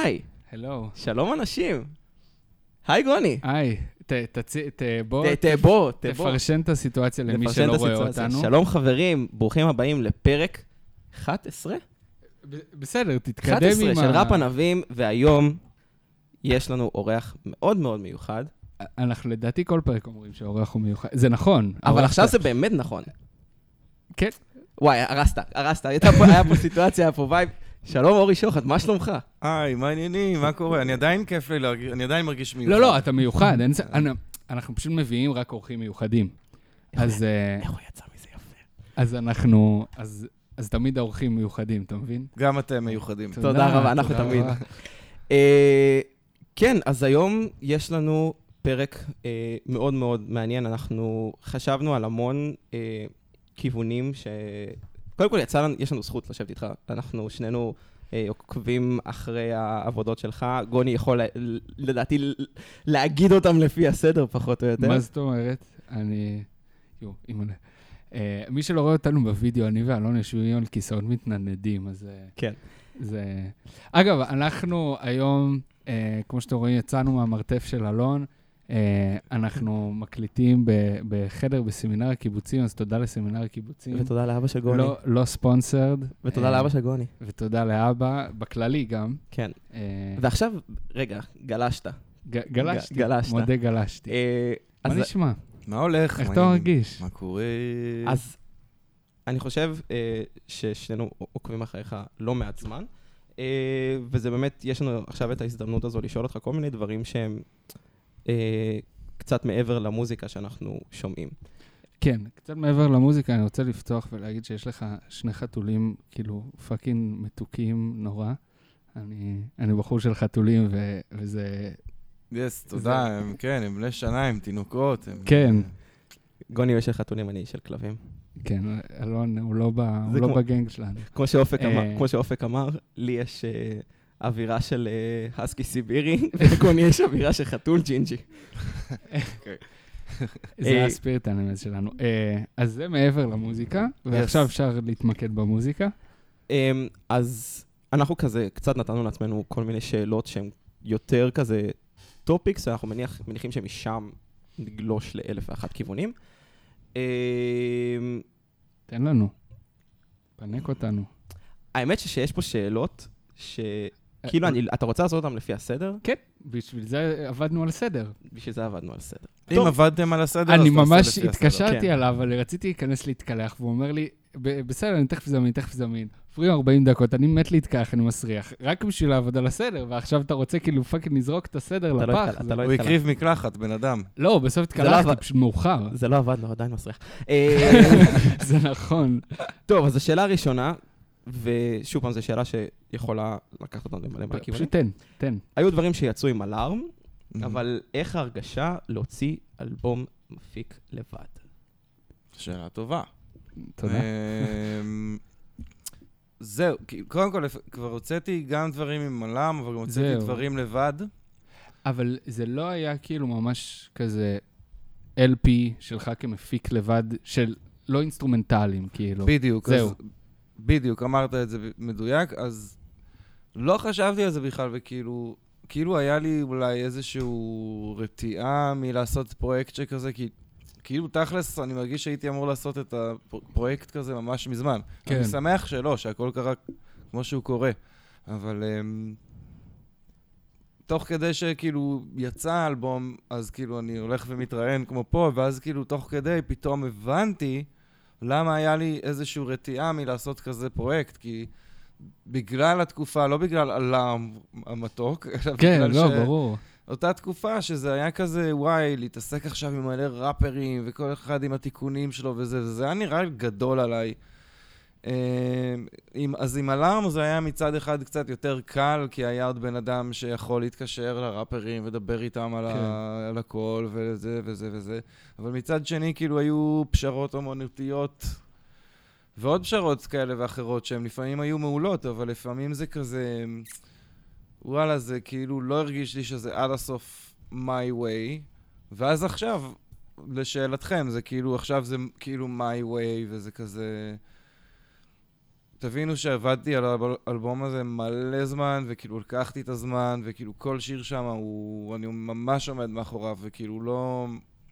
היי. הלו. שלום אנשים. היי גוני. היי, בוא. תפרשן את הסיטואציה למי שלא רואה אותנו. שלום חברים, ברוכים הבאים לפרק 11? בסדר, תתקדם עם 11 של ראפ ענבים, והיום יש לנו אורח מאוד מאוד מיוחד. אנחנו לדעתי כל פרק אומרים שהאורח הוא מיוחד. זה נכון. אבל עכשיו זה באמת נכון. כן. וואי, הרסת. היה פה סיטואציה, היה פה וייב. שלום אורי שוחט, מה שלומך? היי, מה העניינים? מה קורה? אני עדיין כיף לי להרגיש, אני עדיין מרגיש מיוחד. לא, אתה מיוחד. אנחנו פשוט מביאים רק אורחים מיוחדים. אז... איך הוא יצא מזה יפה? אז תמיד האורחים מיוחדים, אתה מבין? גם אתם מיוחדים. תודה רבה, אנחנו תמיד. כן, אז היום יש לנו פרק מאוד מאוד מעניין. אנחנו חשבנו על המון כיוונים קודם כל, יש לנו זכות לשבת איתך. אנחנו שנינו עוקבים אחרי העבודות שלך. גוני יכול, לדעתי, להגיד אותם לפי הסדר, פחות או יותר. מה זאת אומרת? מי שלא רואה אותנו בווידאו, אני ואלון יושבים על כיסאות מתנדנדים, אז... כן. אגב, אנחנו היום, כמו שאתם רואים, יצאנו מהמרתף של אלון, אנחנו מקליטים בחדר בסמינר הקיבוצים, אז תודה לסמינר הקיבוצים. ותודה לאבא של גוני. לא ספונסרד. ותודה לאבא של גוני. ותודה לאבא, בכללי גם. כן. ועכשיו, רגע, גלשת. גלשתי, מודה גלשתי. מה נשמע? מה הולך? איך אתה מרגיש? מה קורה? אז אני חושב ששנינו עוקבים אחריך לא מעט זמן, וזה באמת, יש לנו עכשיו את ההזדמנות הזו לשאול אותך כל מיני דברים שהם קצת מעבר למוזיקה שאנחנו שומעים. כן, קצת מעבר למוזיקה, אני רוצה לפתוח ולהגיד שיש לך שני חתולים, כאילו, פאקינג מתוקים נורא. אני בחור של חתולים, וזה... תודה, כן, הם בני שנה, הם תינוקות. כן. גוני הוא של חתולים, אני של כלבים. כן, אלון, הוא לא בגנג שלנו. כמו שאופק אמר, לי יש... אווירה של הסקי סיבירי, וגוני יש אווירה של חתול ג'ינג'י. זה הספיריט האנמז שלנו. אז זה מעבר למוזיקה, ועכשיו אפשר להתמקד במוזיקה. אז אנחנו כזה, קצת נתנו לעצמנו כל מיני שאלות שהן יותר כזה טופיקס, ואנחנו מניחים שמשם נגלוש ל1,001 כיוונים. תן לנו. פנק אותנו. האמת שיש פה שאלות כאילו, אתה רוצה לעשות אותם לפי הסדר? כן, בשביל זה עבדנו על הסדר. אם עבדתם על הסדר, אני ממש התקשרתי עליו, אבל רציתי להיכנס להתקלח, והוא אומר לי, בסדר, אני תכף זמין. עבורים 40 דקות, אני מת להתקלח, אני מסריח. רק בשביל לעבוד על הסדר, ועכשיו אתה רוצה כאילו פאקינג לזרוק את הסדר לפח. הוא הקריב מקלחת, בן אדם. לא, בסוף התקלחתי, פשוט מאוחר. זה לא עבד, לא, עדיין מסריח. זה נכון. טוב, אז השאלה הראשונה, ושוב פעם, זו שאלה שיכולה לקחת אותנו למלא מהכיוונים. פשוט תן. היו דברים שיצאו עם אלארם, אבל איך ההרגשה להוציא אלבום מפיק לבד? שאלה טובה. תודה. זהו, קודם כל, כבר הוצאתי גם דברים עם אלארם, אבל גם הוצאתי דברים לבד. אבל זה לא היה כאילו ממש כזה LP שלך כמפיק לבד, של לא אינסטרומנטליים, כאילו. בדיוק. זהו. בדיוק, אמרת את זה מדויק, אז לא חשבתי על זה בכלל, וכאילו היה לי אולי איזשהו רתיעה מלעשות פרויקט שכזה, כי כאילו תכלס אני מרגיש שהייתי אמור לעשות את הפרויקט כזה ממש מזמן. כן. אני שמח שלא, שהכל קרה כמו שהוא קורה, אבל תוך כדי שכאילו יצא האלבום, אז כאילו אני הולך ומתראיין כמו פה, ואז כאילו תוך כדי פתאום הבנתי למה היה לי איזושהי רתיעה מלעשות כזה פרויקט, כי בגלל התקופה, לא בגלל אלארם המתוק, כן, לא, ברור. אותה תקופה שזה היה כזה, וואי, להתעסק עכשיו עם מלא ראפרים, וכל אחד עם התיקונים שלו וזה היה נראה גדול עליי. אז עם אלארם זה היה מצד אחד קצת יותר קל, כי היה עוד בן אדם שיכול להתקשר לראפרים ודבר איתם על הכל וזה וזה וזה. אבל מצד שני כאילו היו פשרות אומנותיות ועוד פשרות כאלה ואחרות שהן לפעמים היו מעולות, אבל לפעמים זה כזה, וואלה, זה כאילו לא הרגיש לי שזה עד הסוף my way. ואז עכשיו, לשאלתכם, זה כאילו, עכשיו זה כאילו my way וזה כזה... תבינו שעבדתי על האלבום הזה מלא זמן, וכאילו לקחתי את הזמן, וכאילו כל שיר שם אני ממש עומד מאחוריו, וכאילו לא...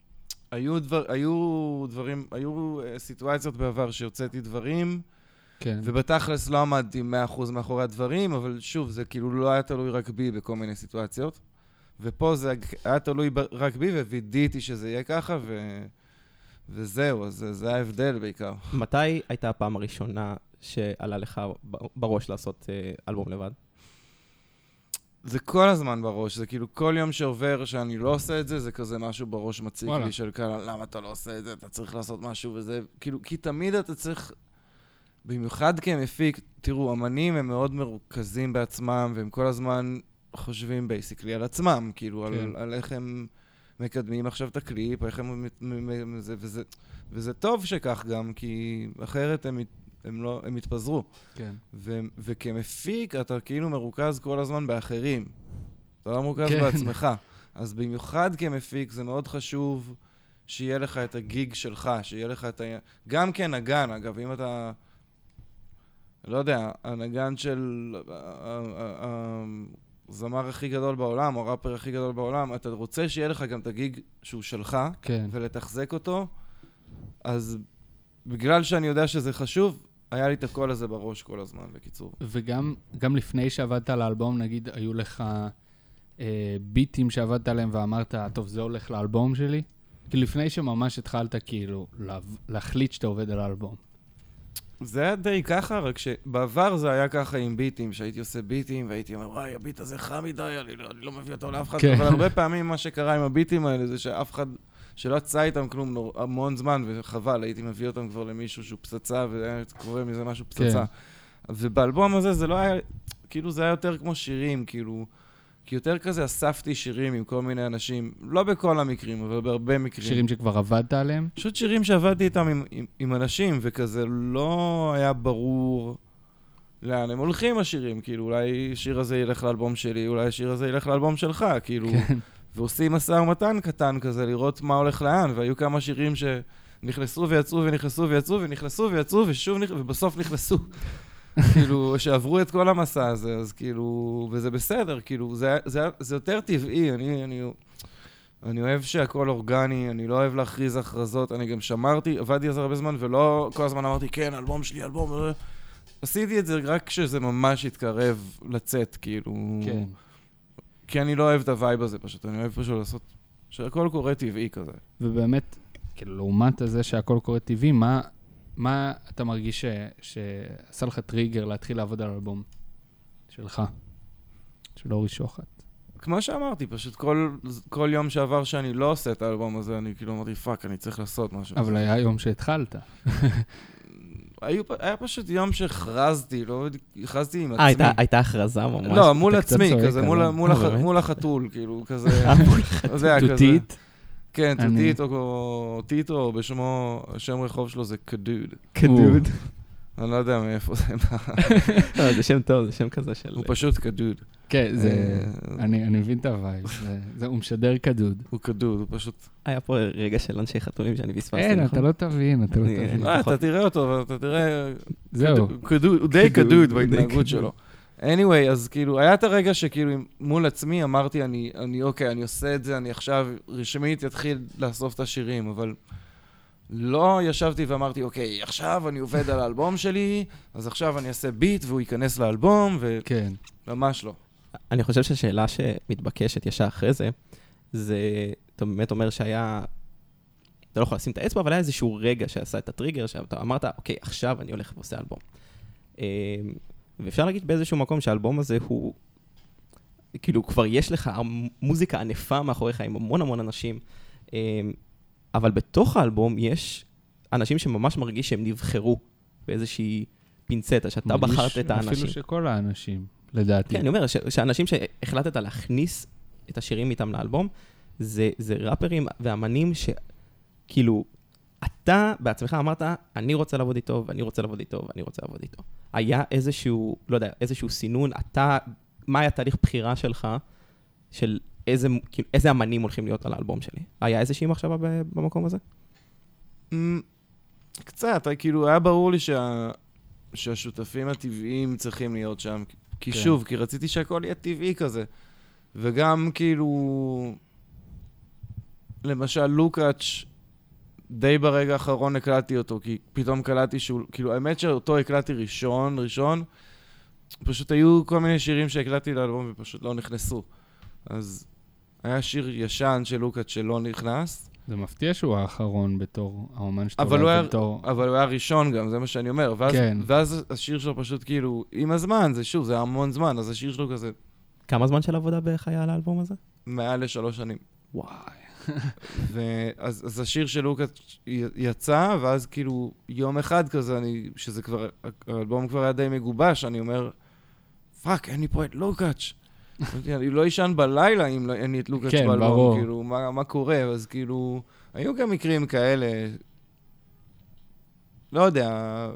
היו סיטואציות בעבר שהוצאתי דברים, כן. ובתכלס לא עמדתי 100% מאחורי הדברים, אבל שוב, זה כאילו לא היה תלוי רק בי בכל מיני סיטואציות. ופה זה היה תלוי רק בי, ווידיתי שזה יהיה ככה, וזהו, אז זה ההבדל בעיקר. מתי הייתה הפעם הראשונה שעלה לך בראש לעשות אלבום לבד? זה כל הזמן בראש, זה כאילו כל יום שעובר שאני לא עושה את זה, זה כזה משהו בראש מציק לי של כאלה, למה אתה לא עושה את זה, אתה צריך לעשות משהו וזה, כאילו, כי תמיד אתה צריך, במיוחד כמפיק, תראו, אמנים הם מאוד מרוכזים בעצמם, והם כל הזמן חושבים בייסיקלי על עצמם, כאילו, על איך הם מקדמים עכשיו את הקליפ, איך הם, וזה טוב שכך גם, כי אחרת הם התפזרו. כן. וכמפיק אתה כאילו מרוכז כל הזמן באחרים. אתה לא מרוכז בעצמך. אז במיוחד כמפיק זה מאוד חשוב שיהיה לך את הגיג שלך, שיהיה לך את גם כנגן, אגב, אם אתה... לא יודע, הנגן של הזמר הכי גדול בעולם, או הראפר הכי גדול בעולם, אתה רוצה שיהיה לך גם את הגיג שהוא שלך, ולתחזק אותו, אז בגלל שאני יודע שזה חשוב, היה לי את הקול הזה בראש כל הזמן, בקיצור. וגם לפני שעבדת על האלבום, נגיד, היו לך ביטים שעבדת עליהם ואמרת, טוב, זה הולך לאלבום שלי? כי לפני שממש התחלת כאילו להחליט שאתה עובד על האלבום. זה היה די ככה, רק שבעבר זה היה ככה עם ביטים, שהייתי עושה ביטים והייתי אומר, וואי, הביט הזה חם מדי, אני לא מביא אותו לאף אחד. אבל הרבה פעמים מה שקרה עם הביטים האלה זה שאף אחד... שלא יצא איתם כלום המון זמן, וחבל, הייתי מביא אותם כבר למישהו שהוא פצצה, והיה קורה מזה משהו פצצה. ובאלבום הזה זה לא היה, כאילו זה היה יותר כמו שירים, כאילו, כי יותר כזה אספתי שירים עם כל מיני אנשים, לא בכל המקרים, אבל בהרבה מקרים. שירים שכבר עבדת עליהם? פשוט שירים שעבדתי איתם עם אנשים, וכזה לא היה ברור לאן הם הולכים השירים, כאילו, אולי השיר הזה ילך לאלבום שלי, אולי השיר הזה ילך לאלבום שלך, כאילו... ועושים משא ומתן קטן כזה, לראות מה הולך לאן, והיו כמה שירים שנכנסו ויצאו ונכנסו ויצאו ונכנסו ויצאו ושוב ובסוף נכנסו. כאילו, שעברו את כל המסע הזה, אז כאילו, וזה בסדר, כאילו, זה יותר טבעי, אני אוהב שהכל אורגני, אני לא אוהב להכריז הכרזות, אני גם שמרתי, עבדתי על זה הרבה זמן, ולא כל הזמן אמרתי, כן, אלבום שלי, אלבום, עשיתי את זה רק כשזה ממש התקרב לצאת, כאילו... כן. כי אני לא אוהב את הווייב הזה פשוט, אני אוהב פשוט לעשות, שהכל קורה טבעי כזה. ובאמת, כאילו, לעומת הזה שהכל קורה טבעי, מה אתה מרגיש שעשה לך טריגר להתחיל לעבוד על אלבום שלך, של אורי שוחט? כמו שאמרתי, פשוט כל יום שעבר שאני לא עושה את האלבום הזה, אני כאילו אמרתי, פאק, אני צריך לעשות משהו. אבל היה יום שהתחלת. היה פשוט יום שהכרזתי, לא הכרזתי עם עצמי. הייתה הכרזה ממש. לא, מול עצמי, כזה, מול החתול, כאילו, כזה. תותית? כן, תותית או טיטו, בשמו, השם רחוב שלו זה קדוד. קדוד. אני לא יודע מאיפה זה בא. זה שם טוב, זה שם כזה של... הוא פשוט קדוד. כן, אני מבין את הווייב. הוא משדר קדוד. הוא קדוד, הוא פשוט... היה פה רגע של אנשי חתולים שאני פספסתי. אין, אתה לא תבין, אתה לא תבין. אתה תראה אותו, אתה תראה... זהו. הוא די קדוד בהתנהגות שלו. anyway, אז כאילו, היה את הרגע שכאילו מול עצמי אמרתי, אוקיי, אני עושה את זה, אני עכשיו רשמית אתחיל לאסוף את השירים, אבל לא ישבתי ואמרתי, אוקיי, עכשיו אני עובד על האלבום שלי, אז עכשיו אני אעשה ביט והוא ייכנס לאלבום, כן. ממש לא. אני חושב שהשאלה שמתבקשת ישר אחרי זה, זה, אתה באמת אומר שהיה, אתה לא יכול לשים את האצבע, אבל היה איזשהו רגע שעשה את הטריגר, שאתה אמרת, אוקיי, עכשיו אני הולך ועושה אלבום. ואפשר להגיד באיזשהו מקום שהאלבום הזה הוא, כאילו כבר יש לך מוזיקה ענפה מאחוריך עם המון המון אנשים, אבל בתוך האלבום יש אנשים שממש מרגיש שהם נבחרו באיזושהי פינצטה, שאתה בחרת את האנשים. אפילו שכל האנשים, לדעתי. כן, אני אומר, שאנשים שהחלטת להכניס את השירים איתם לאלבום, זה ראפרים ואמנים שכאילו, אתה בעצמך אמרת, אני רוצה לעבוד איתו, ואני רוצה לעבוד איתו, ואני רוצה לעבוד איתו. היה איזשהו, לא יודע, איזשהו סינון, מה היה תהליך בחירה שלך, של איזה אמנים הולכים להיות על האלבום שלי? היה איזושהי מחשבה במקום הזה? קצת, כאילו, היה ברור לי שהשותפים הטבעיים צריכים להיות שם. כי שוב, כי רציתי שהכל יהיה טבעי כזה. וגם כאילו, למשל לוקאץ' די ברגע האחרון הקלטתי אותו, כי פתאום קלטתי שהוא, כאילו האמת שאותו הקלטתי ראשון, פשוט היו כל מיני שירים שהקלטתי לאלבום ופשוט לא נכנסו. אז היה שיר ישן של לוקאץ' שלא נכנס. זה מפתיע שהוא האחרון בתור האומן שאתה אבל הוא היה ראשון גם, זה מה שאני אומר. ואז השיר שלו פשוט כאילו, עם הזמן, זה שוב, זה המון זמן, אז השיר שלו כזה... כמה זמן של עבודה בערך היה על האלבום הזה? מעל ל3 שנים. וואי. אז השיר של לוקאץ' יצא, ואז כאילו יום אחד כזה, שזה כבר, האלבום כבר היה די מגובש, אני אומר, פאק, אין לי פה את לוקאץ'. אני לא ישן בלילה אם אין לי את לוקאץ' באלבום, כאילו, מה קורה? אז כאילו, היו גם מקרים כאלה, לא יודע.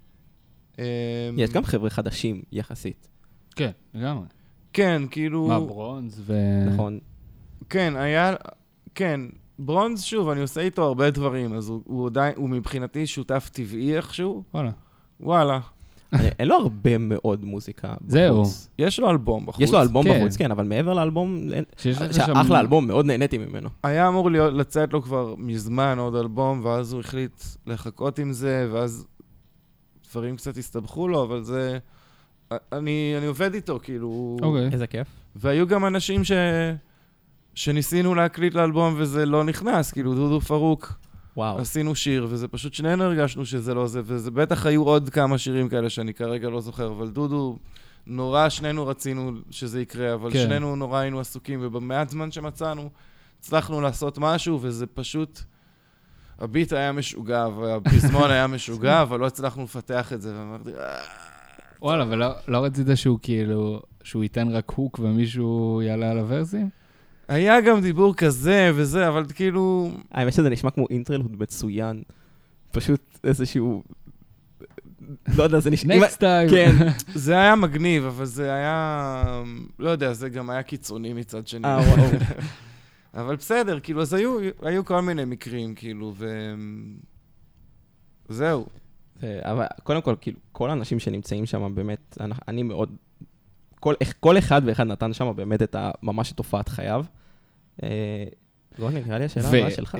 יש גם חבר'ה חדשים יחסית. כן, לגמרי. כן, כאילו... מה, ברונז נכון. כן, כן, ברונז, שוב, אני עושה איתו הרבה דברים, אז הוא מבחינתי שותף טבעי איכשהו. וואלה. אין לו הרבה מאוד מוזיקה בחוץ. זהו. יש לו אלבום בחוץ. יש לו אלבום בחוץ, כן, אבל מעבר לאלבום, אחלה אלבום, מאוד נהניתי ממנו. היה אמור לצאת לו כבר מזמן עוד אלבום, ואז הוא החליט לחכות עם זה, ואז דברים קצת הסתבכו לו, אבל זה... אני עובד איתו, כאילו... איזה כיף. והיו גם אנשים שניסינו להקליט לאלבום וזה לא נכנס, כאילו דודו פרוק. וואו. עשינו שיר, וזה פשוט שנינו הרגשנו שזה לא זה, וזה בטח היו עוד כמה שירים כאלה שאני כרגע לא זוכר, אבל דודו, נורא שנינו רצינו שזה יקרה, אבל כן. שנינו נורא היינו עסוקים, ובמעט זמן שמצאנו, הצלחנו לעשות משהו, וזה פשוט, הביט היה משוגע, והפזמון היה משוגע, אבל לא הצלחנו לפתח את זה, ואמרתי, וואלה, ולא רצית שהוא כאילו, שהוא ייתן רק הוק ומישהו יעלה על הוורסים? היה גם דיבור כזה וזה, אבל כאילו... האמת שזה נשמע כמו אינטרלוד מצוין. פשוט איזשהו... לא יודע, זה נשמע... נקסט טיים. כן. זה היה מגניב, אבל זה היה... לא יודע, זה גם היה קיצוני מצד שני. וואו. אבל בסדר, כאילו, אז היו כל מיני מקרים, כאילו, זהו. אבל קודם כל, כאילו, כל האנשים שנמצאים שם, באמת, אני מאוד... כל אחד ואחד נתן שם באמת את ממש תופעת חייו. רוני, נראה לי השאלה הבאה שלך.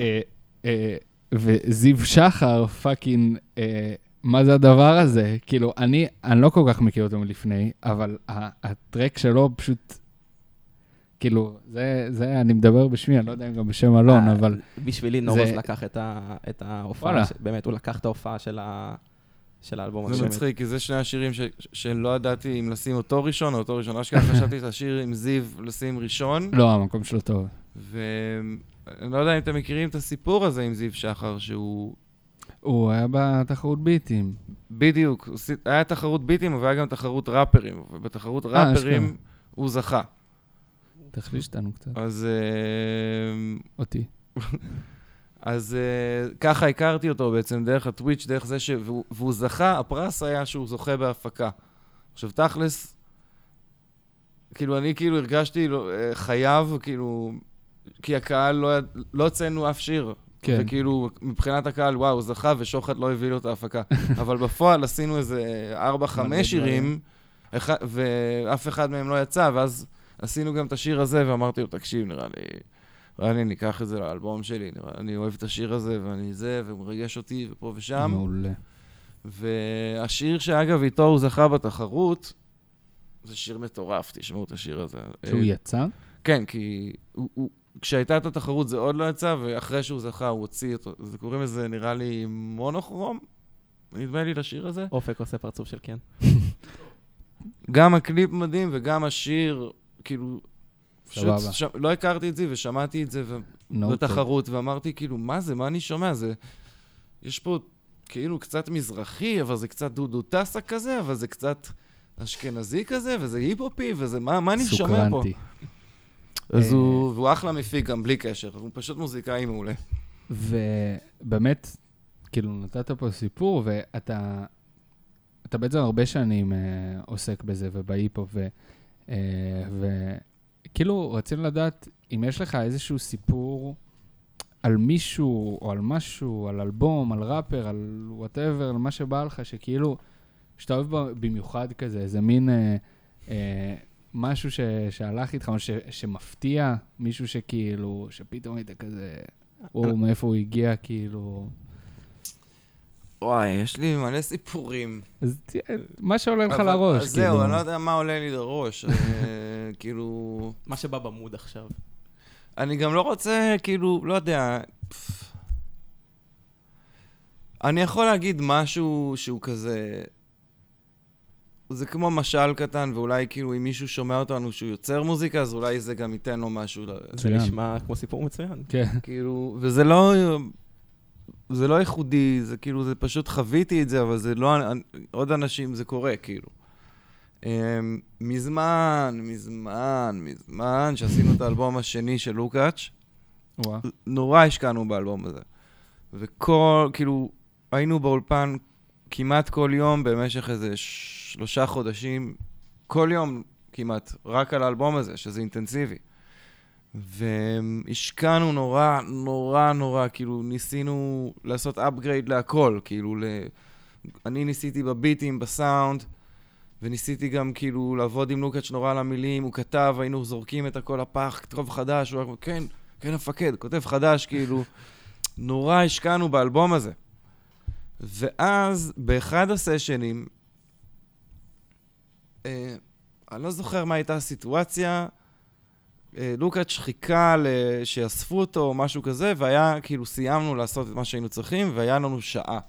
וזיו שחר, פאקינג, מה זה הדבר הזה? כאילו, אני לא כל כך מכיר אותו מלפני, אבל הטרק שלו פשוט, כאילו, זה, אני מדבר בשמי, אני לא יודע אם גם בשם אלון, אבל... בשבילי נורוז לקח את ההופעה, באמת, הוא לקח את ההופעה של האלבום. זה מצחיק, כי זה שני השירים שלא ידעתי אם לשים אותו ראשון או אותו ראשון. אשכרה חשבתי את השיר עם זיו לשים ראשון. לא, המקום שלו טוב. ואני לא יודע אם אתם מכירים את הסיפור הזה עם זיו שחר, שהוא... הוא היה בתחרות ביטים. בדיוק. היה תחרות ביטים, אבל היה גם תחרות ראפרים. ובתחרות ראפרים הוא זכה. תחליש אותנו קצת. אז... אותי. אז ככה הכרתי אותו בעצם דרך הטוויץ', דרך זה והוא זכה, הפרס היה שהוא זוכה בהפקה. עכשיו תכלס, כאילו אני כאילו הרגשתי חייב, כאילו, כי הקהל לא הוצאנו אף שיר. כן. וכאילו מבחינת הקהל, וואו, הוא זכה ושוחט לא הביא לו את ההפקה. אבל בפועל עשינו איזה 4-5 שירים, ואף אחד מהם לא יצא, ואז עשינו גם את השיר הזה, ואמרתי לו, תקשיב, נראה לי ניקח את זה לאלבום שלי, אני אוהב את השיר הזה, ואני זה, והוא מרגש אותי, ופה ושם. מעולה. והשיר שאגב איתו הוא זכה בתחרות, זה שיר מטורף, תשמעו את השיר הזה. שהוא יצא? כן, כי כשהייתה את התחרות זה עוד לא יצא, ואחרי שהוא זכה הוא הוציא אותו, זה קוראים לזה נראה לי מונוכרום, נדמה לי לשיר הזה. אופק עושה פרצוף של כן. גם הקליפ מדהים וגם השיר, כאילו... סבבה. לא הכרתי את זה ושמעתי את זה בתחרות, ואמרתי כאילו, מה זה? מה אני שומע? יש פה כאילו קצת מזרחי, אבל זה קצת דודו טסה כזה, אבל זה קצת אשכנזי כזה, וזה היפופי, וזה מה אני שומע פה? אז הוא אחלה מפיק גם בלי קשר, הוא פשוט מוזיקאי מעולה. ובאמת, כאילו נתת פה סיפור, ואתה בעצם הרבה שנים עוסק בזה ובהיפופ, כאילו, רצינו לדעת אם יש לך איזשהו סיפור על מישהו או על משהו, על אלבום, על ראפר, על whatever, על מה שבא לך, שכאילו, שאתה אוהב במיוחד כזה, איזה מין משהו שהלך איתך, שמפתיע, מישהו שכאילו, שפתאום היית כזה, מאיפה הוא הגיע, כאילו... וואי, יש לי מלא סיפורים. אז מה שעולה לך לראש, כאילו. זהו, אני לא יודע מה עולה לי לראש. כאילו... מה שבא במוד עכשיו. אני גם לא רוצה, כאילו, לא יודע... אני יכול להגיד משהו שהוא כזה... זה כמו משל קטן, ואולי כאילו אם מישהו שומע אותנו שהוא יוצר מוזיקה, אז אולי זה גם ייתן לו משהו. זה נשמע כמו סיפור מצוין. כן. כאילו, וזה לא ייחודי, זה כאילו, זה פשוט חוויתי את זה, אבל זה לא, עוד אנשים זה קורה, כאילו. מזמן, שעשינו את האלבום השני של לוקאץ', נורא השקענו באלבום הזה. כאילו, היינו באולפן כמעט כל יום במשך איזה 3 חודשים, כל יום כמעט, רק על האלבום הזה, שזה אינטנסיבי. והשקענו נורא, כאילו ניסינו לעשות upgrade להכל, כאילו אני ניסיתי בביטים, בסאונד, וניסיתי גם כאילו לעבוד עם לוקאץ' נורא על המילים, הוא כתב, היינו זורקים את הכל לפח, כתוב חדש, הוא רק, כן המפקד, כותב חדש, כאילו, נורא השקענו באלבום הזה. ואז, באחד הסשנים, אני לא זוכר מה הייתה הסיטואציה, לוקאץ' חיכה שיאספו אותו או משהו כזה, והיה, כאילו, סיימנו לעשות את מה שהיינו צריכים, והיה לנו שעה.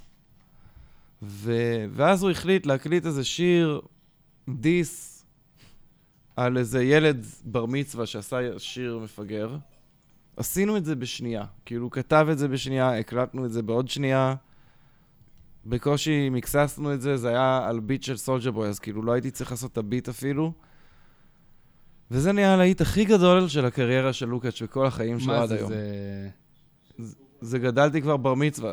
ואז הוא החליט להקליט איזה שיר, דיס, על איזה ילד בר מצווה שעשה שיר מפגר. עשינו את זה בשנייה. כאילו, הוא כתב את זה בשנייה, הקלטנו את זה בעוד שנייה. בקושי מקססנו את זה, זה היה על ביט של סולג'ר בוי, אז כאילו לא הייתי צריך לעשות את הביט אפילו. וזה נהיה הלהיט הכי גדול של הקריירה של לוקאץ' וכל החיים שלו עד היום. זה גדלתי כבר בר מצווה.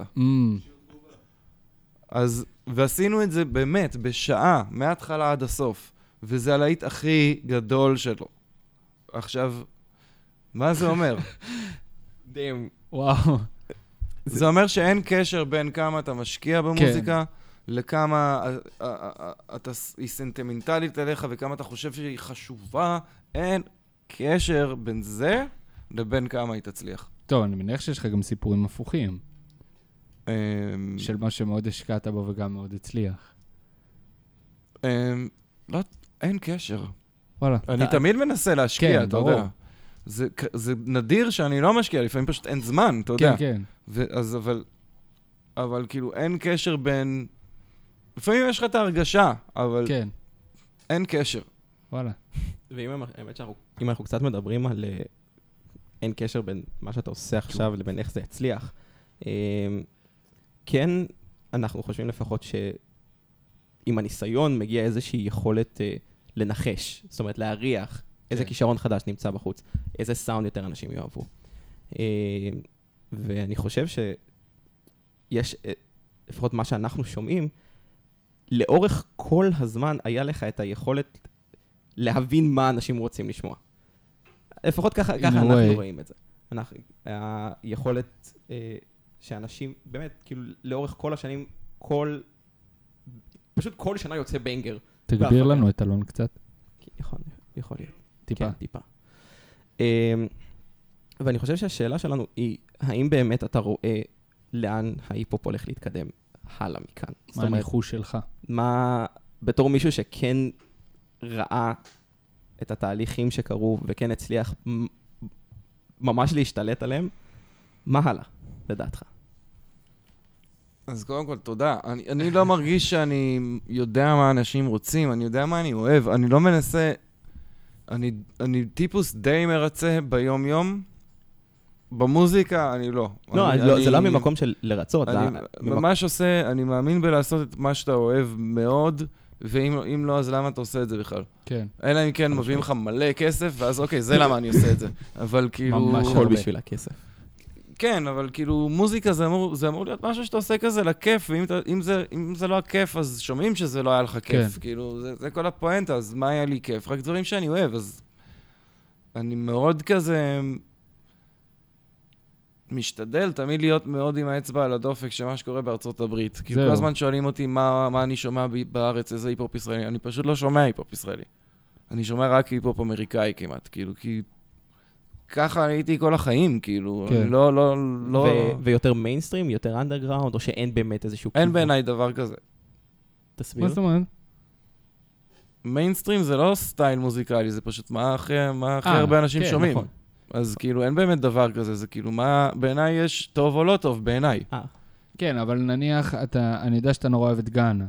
אז, ועשינו את זה באמת, בשעה, מההתחלה עד הסוף. וזה הלהיט הכי גדול שלו. עכשיו, מה זה אומר? דים. וואו. זה אומר שאין קשר בין כמה אתה משקיע במוזיקה, לכמה היא סנטימנטלית אליך, וכמה אתה חושב שהיא חשובה. אין קשר בין זה לבין כמה היא תצליח. טוב, אני מניח שיש לך גם סיפורים הפוכים. של מה שמאוד השקעת בו וגם מאוד הצליח. לא, אין קשר. וואלה. אני תמיד מנסה להשקיע, אתה יודע. זה נדיר שאני לא משקיע, לפעמים פשוט אין זמן, אתה יודע. כן, כן. אבל כאילו אין קשר בין... לפעמים יש לך את ההרגשה, אבל כן. אין קשר. וואלה. והאמת שאם אנחנו קצת מדברים על אין קשר בין מה שאתה עושה עכשיו לבין איך זה יצליח, כן, אנחנו חושבים לפחות שעם הניסיון מגיע איזושהי יכולת לנחש, זאת אומרת להריח איזה כישרון חדש נמצא בחוץ, איזה סאונד יותר אנשים יאהבו. ואני חושב שיש, לפחות מה שאנחנו שומעים, לאורך כל הזמן היה לך את היכולת להבין מה אנשים רוצים לשמוע. לפחות ככה אנחנו רואים את זה. היכולת שאנשים, באמת, כאילו לאורך כל השנים, פשוט כל שנה יוצא בנגר. תגביר לנו את אלון קצת. יכול להיות. טיפה. כן, טיפה. ואני חושב שהשאלה שלנו היא, האם באמת אתה רואה לאן ההיפ-הופ הולך להתקדם הלאה מכאן? מה הניחוש שלך? מה, בתור מישהו שכן ראה את התהליכים שקרו וכן הצליח ממש להשתלט עליהם, מה הלאה, לדעתך? אז קודם כל, תודה. אני לא מרגיש שאני יודע מה אנשים רוצים, אני יודע מה אני אוהב, אני לא מנסה... אני טיפוס די מרצה ביום-יום. במוזיקה, אני לא. לא, זה לא ממקום של לרצות. אני ממש עושה, אני מאמין בלעשות את מה שאתה אוהב מאוד, ואם לא, אז למה אתה עושה את זה בכלל? כן. אלא אם כן מביאים לך מלא כסף, ואז אוקיי, זה למה אני עושה את זה. אבל כאילו... ממש הכל בשביל הכסף. כן, אבל כאילו מוזיקה זה אמור להיות משהו שאתה עושה כזה לכיף, ואם זה לא הכיף, אז שומעים שזה לא היה לך כיף. כאילו, זה כל הפואנטה, אז מה היה לי כיף? רק דברים שאני אוהב, אז אני מאוד כזה... משתדל תמיד להיות מאוד עם האצבע על הדופק של מה שקורה בארצות הברית. כי כל הזמן שואלים אותי מה אני שומע בארץ, איזה היפ-הופ ישראלי. אני פשוט לא שומע היפ-הופ ישראלי. אני שומע רק היפ-הופ אמריקאי כמעט, כאילו, כי ככה הייתי כל החיים, כאילו, אני לא... ויותר מיינסטרים, יותר אנדרגראונד, או שאין באמת איזשהו... אין בעיניי דבר כזה. תסביר. מה זאת אומרת? מיינסטרים זה לא סטייל מוזיקלי, זה פשוט מה הכי הרבה אנשים שומעים. נכון. אז כאילו אין באמת דבר כזה, זה כאילו מה בעיניי יש טוב או לא טוב בעיניי. כן, אבל נניח, אני יודע שאתה נורא אוהב את גאנה,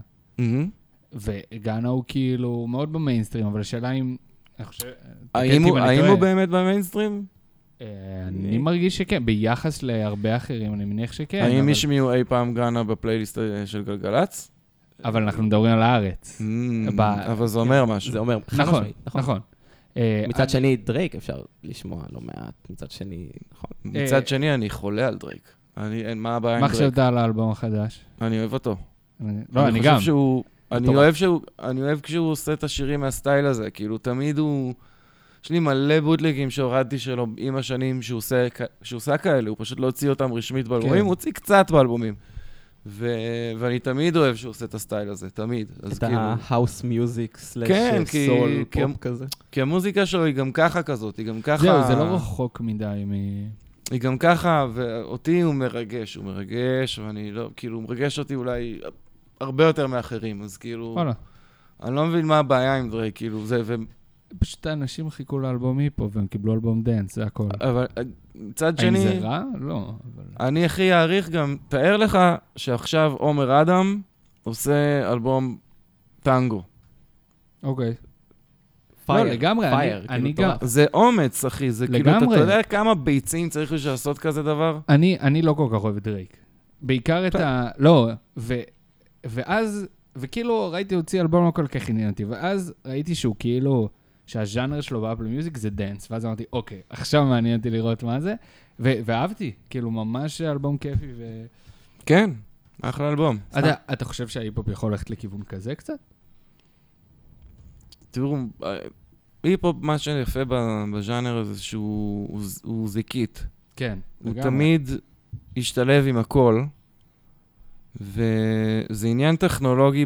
וגאנה הוא כאילו מאוד במיינסטרים, אבל השאלה אם... האם הוא באמת במיינסטרים? אני מרגיש שכן, ביחס להרבה אחרים, אני מניח שכן. האם מישהו אי פעם גאנה בפלייליסט של גלגלצ? אבל אנחנו מדברים על הארץ. אבל זה אומר משהו. זה אומר, נכון, נכון. מצד שני, דרייק אפשר לשמוע לא מעט, מצד שני, נכון. מצד שני, אני חולה על דרייק. מה הבעיה עם דרייק? מה חשבת על האלבום החדש? אני אוהב אותו. לא, אני גם. אני אוהב כשהוא עושה את השירים מהסטייל הזה, כאילו תמיד הוא... יש לי מלא בוטלגים שהורדתי שלו עם השנים שהוא עושה כאלה, הוא פשוט לא הוציא אותם רשמית באלבומים, הוא הוציא קצת באלבומים. ואני תמיד אוהב שהוא עושה את הסטייל הזה, תמיד. את ה-house music / soul pop כזה. כי המוזיקה שלו היא גם ככה כזאת, היא גם ככה... זהו, זה לא רחוק מדי היא גם ככה, ואותי הוא מרגש, ואני לא, כאילו, הוא מרגש אותי אולי הרבה יותר מאחרים, אז כאילו... אני לא מבין מה הבעיה עם דרייק, כאילו, זה... פשוט האנשים חיכו לאלבום היפו, והם קיבלו אלבום דנס, זה הכל. אבל מצד שני... האם זה רע? לא. אני הכי אעריך גם, תאר לך שעכשיו עומר אדם עושה אלבום טנגו. אוקיי. לא, לגמרי, אני גם... זה אומץ, אחי, זה כאילו, אתה יודע כמה ביצים צריך לעשות כזה דבר? אני לא כל כך אוהב את דרייק. בעיקר את ה... לא, ואז, וכאילו ראיתי הוציא אלבום לא כל כך עניין אותי, ואז ראיתי שהוא כאילו... שהז'אנר שלו באפל מיוזיק זה דנס, ואז אמרתי, אוקיי, עכשיו מעניין אותי לראות מה זה, ואהבתי, כאילו ממש אלבום כיפי כן, אחלה אלבום. אתה חושב שההיפ-הופ יכול ללכת לכיוון כזה קצת? תראו, היפ-הופ, מה שיפה בז'אנר הזה, שהוא זיקית. כן, הוא תמיד השתלב עם הכל, וזה עניין טכנולוגי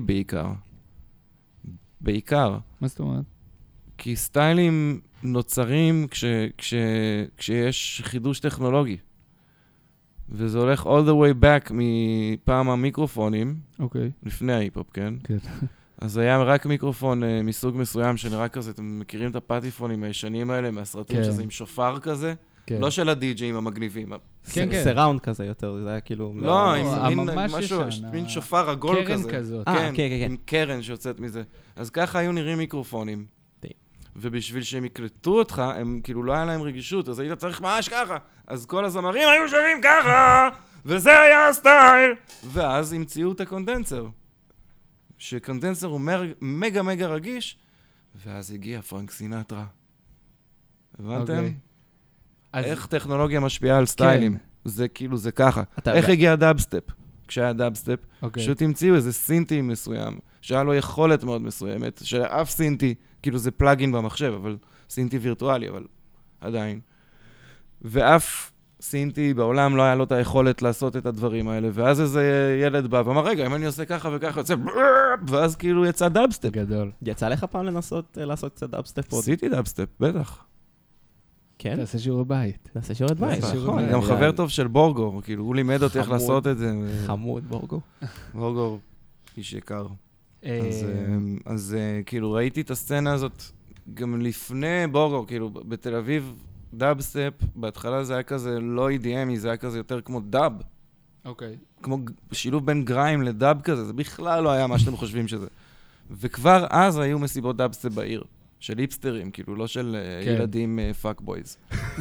בעיקר. מה זאת אומרת? כי סטיילים נוצרים כשיש חידוש טכנולוגי. וזה הולך all the way back מפעם המיקרופונים, לפני ההיפ-הופ, כן? כן. אז היה רק מיקרופון מסוג מסוים שנראה כזה, אתם מכירים את הפטיפונים הישנים האלה, מהסרטים שזה עם שופר כזה? לא של הדי-ג'ים המגניבים. כן, כן. סראונד כזה יותר, זה היה כאילו... לא, עם מין שופר עגול כזה. קרן כזאת. כן, עם קרן שיוצאת מזה. אז ככה היו נראים מיקרופונים. ובשביל שהם יקלטו אותך, הם כאילו לא היה להם רגישות, אז היית צריך ממש ככה. אז כל הזמרים היו שרים ככה, וזה היה הסטייל. ואז המציאו את הקונדנסר. שקונדנסר הוא מגה מגה רגיש, ואז הגיע פרנק סינטרה. הבנתם? איך טכנולוגיה משפיעה על סטיילים? זה כאילו, זה ככה. איך הגיע דאבסטפ? כשהיה דאבסטפ, פשוט המציאו איזה סינטי מסוים, שהיה לו יכולת מאוד מסוימת, שאף סינטי, כאילו זה פלאגין במחשב, אבל סינטי וירטואלי, אבל עדיין. ואף סינטי בעולם לא היה לו את היכולת לעשות את הדברים האלה, ואז איזה ילד בא ואמר, רגע, אם אני עושה ככה וככה, יוצא ואז כאילו יצא דאבסטפ. גדול. יצא לך פעם לנסות לעשות קצת דאבסטפ? עשיתי דאבסטפ, בטח. כן? תעשה שיעורי בית. תעשה שיעורי בית, נכון. גם חבר טוב של בורגו, כאילו, הוא לימד אותי איך לעשות את זה. חמוד, בורגו. בורגו, איש יקר. אז כאילו, ראיתי את הסצנה הזאת גם לפני בורגו, כאילו, בתל אביב, דאבסטפ, בהתחלה זה היה כזה לא EDM, זה היה כזה יותר כמו דאב. אוקיי. כמו שילוב בין גריים לדאב כזה, זה בכלל לא היה מה שאתם חושבים שזה. וכבר אז היו מסיבות דאבסטפ בעיר. של היפסטרים, כאילו, לא של ילדים פאק בויז.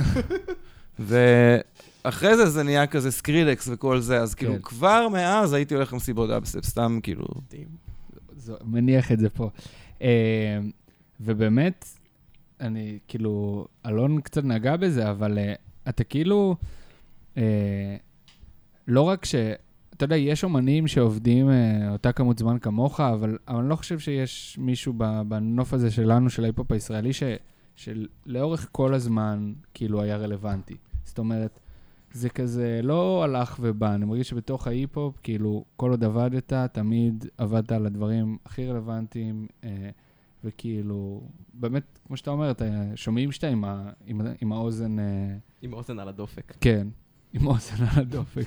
ואחרי זה זה נהיה כזה סקרילקס וכל זה, אז כאילו, כבר מאז הייתי הולך למסיבות דאבסטפ, סתם כאילו... מניח את זה פה. ובאמת, אני כאילו, אלון קצת נגע בזה, אבל אתה כאילו, לא רק ש... אתה יודע, יש אומנים שעובדים אותה כמות זמן כמוך, אבל אני לא חושב שיש מישהו בנוף הזה שלנו, של ההיפ-הופ הישראלי, שלאורך כל הזמן כאילו היה רלוונטי. זאת אומרת, זה כזה לא הלך ובא, אני מרגיש שבתוך ההיפ-הופ, כאילו, כל עוד עבדת, תמיד עבדת על הדברים הכי רלוונטיים, וכאילו, באמת, כמו שאתה אומר, שומעים שאתה עם האוזן... עם האוזן על הדופק. כן, עם האוזן על הדופק.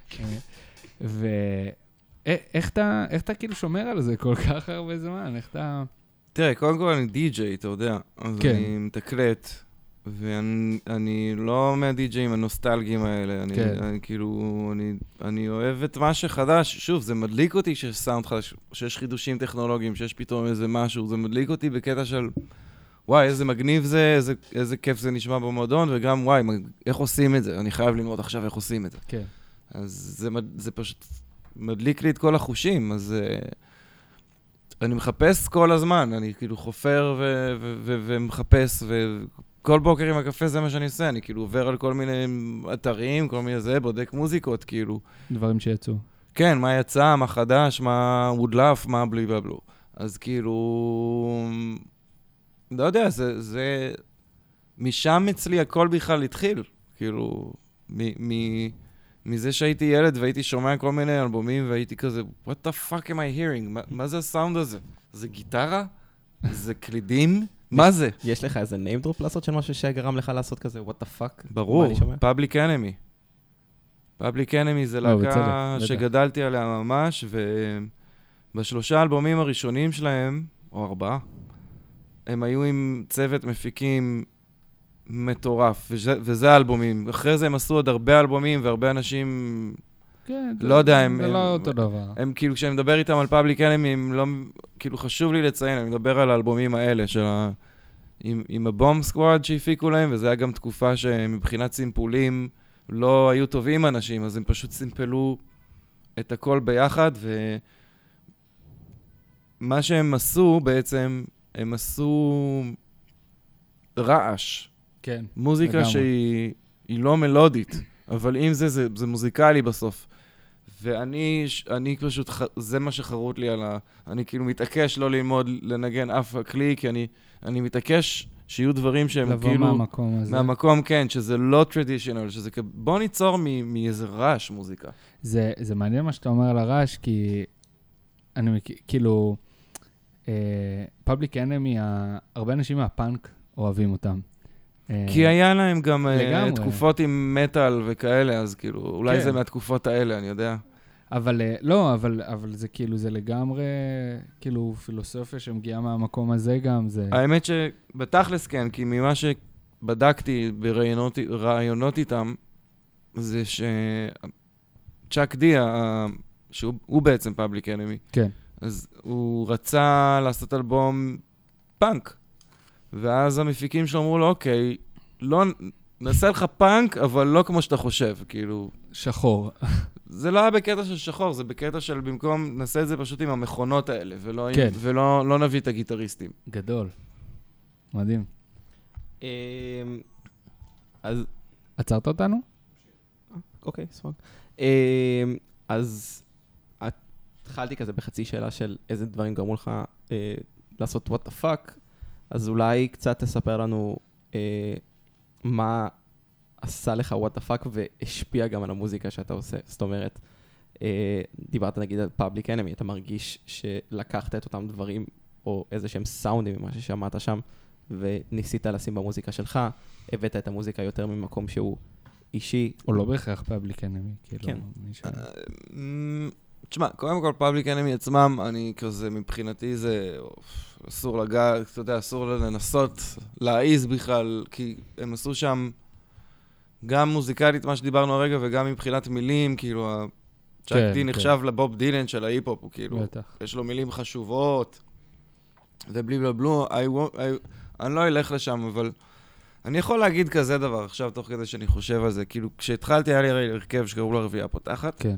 ואיך אתה כאילו שומר על זה כל כך הרבה זמן? איך אתה... תראה, קודם כל אני די-ג'יי, אתה יודע. אז אני מתקלט, ואני לא מהדי-ג'יים הנוסטלגיים האלה. אני כאילו, אני אוהב את מה שחדש. שוב, זה מדליק אותי שיש סאונד חדש, שיש חידושים טכנולוגיים, שיש פתאום איזה משהו. זה מדליק אותי בקטע של, וואי, איזה מגניב זה, איזה כיף זה נשמע במועדון, וגם, וואי, איך עושים את זה? אני חייב ללמוד עכשיו איך עושים את זה. כן. אז זה פשוט מדליק לי את כל החושים, אז... אני מחפש כל הזמן, אני כאילו חופר ומחפש, וכל בוקר עם הקפה זה מה שאני עושה, אני כאילו עובר על כל מיני אתרים, כל מיני זה, בודק מוזיקות, כאילו. דברים שיצאו. כן, מה יצא, מה חדש, מה הודלף, מה בלי בלו. אז כאילו, לא יודע, זה משם אצלי הכל בכלל התחיל, כאילו, מזה שהייתי ילד והייתי שומע כל מיני אלבומים והייתי כזה, what the fuck am I hearing? מה זה הסאונד הזה? זה גיטרה? זה קלידים? מה זה? יש לך איזה name drop לעשות של משהו שגרם לך לעשות כזה, what the fuck? ברור, Public Enemy. Public Enemy זה להקה שגדלתי עליה ממש, ובשלושה אלבומים הראשונים שלהם, או 4, הם היו עם צוות מפיקים מטורף, וזה האלבומים. אחרי זה הם עשו עוד הרבה אלבומים, והרבה אנשים, כן, לא יודע, הם... זה לא אותו דבר. הם כאילו, כשאני מדבר איתם על פאבליק אנמי, הם לא... כאילו, חשוב לי לציין, אני מדבר על האלבומים האלה, עם הבום סקוואד שהפיקו להם, וזה היה גם תקופה שמבחינת סימפולים לא היו טובים אנשים, אז הם פשוט סימפלו את הכל ביחד, ומה שהם עשו בעצם, הם עשו רעש. כן. מוזיקה שהיא לא מלודית, אבל אם זה מוזיקלי בסוף. ואני פשוט, זה מה שחרוט לי על אני כאילו מתעקש לא ללמוד לנגן אף כלי, כי אני מתעקש שיהיו דברים שהם כאילו... לבוא מהמקום הזה. מהמקום, כן, שזה לא טרדישיונל, שזה בוא ניצור מאיזה רעש מוזיקה. זה מעניין מה שאתה אומר על הרעש, כי אני כאילו... פאבליק אנמי, הרבה אנשים מהפאנק אוהבים אותם. כי היה להם גם תקופות עם מטל וכאלה, אז כאילו, אולי זה מהתקופות האלה, אני יודע. אבל לא, אבל זה כאילו, זה לגמרי, כאילו, פילוסופיה שמגיעה מהמקום הזה גם, זה... האמת שבתכלס כן, כי ממה שבדקתי ברעיונות איתם, זה שצ'אק די, שהוא בעצם פאבליק אנמי, כן. אז הוא רצה לעשות אלבום פאנק. ואז המפיקים שלו אמרו לו, אוקיי, לא, נעשה לך פאנק, אבל לא כמו שאתה חושב, כאילו... שחור. זה לא היה בקטע של שחור, זה בקטע של במקום, נעשה את זה פשוט עם המכונות האלה, ולא נביא את הגיטריסטים. גדול. מדהים. אז... עצרת אותנו? אוקיי, סבבה. אז... התחלתי כזה בחצי שאלה של איזה דברים גרמו לך לעשות what the fuck, אז אולי קצת תספר לנו מה עשה לך what the fuck והשפיע גם על המוזיקה שאתה עושה. זאת אומרת, דיברת נגיד על Public Enemy, אתה מרגיש שלקחת את אותם דברים או איזה שהם סאונדים ממה ששמעת שם וניסית לשים במוזיקה שלך, הבאת את המוזיקה יותר ממקום שהוא אישי. או לא בהכרח Public Enemy, כאילו. כן. תשמע, קודם כל פאבליק אנמי עצמם, אני כזה, מבחינתי זה אסור לגעת, אתה יודע, אסור לנסות להעיז בכלל, כי הם עשו שם גם מוזיקלית, מה שדיברנו הרגע, וגם מבחינת מילים, כאילו, צ'אק די נחשב לבוב דילן של ההיפ-הופ, הוא כאילו, יש לו מילים חשובות, ובלי בלה בלו, אני לא אלך לשם, אבל אני יכול להגיד כזה דבר, עכשיו תוך כדי שאני חושב על זה, כאילו, כשהתחלתי היה לי הרכב שקראו לה רביעייה פותחת, כן.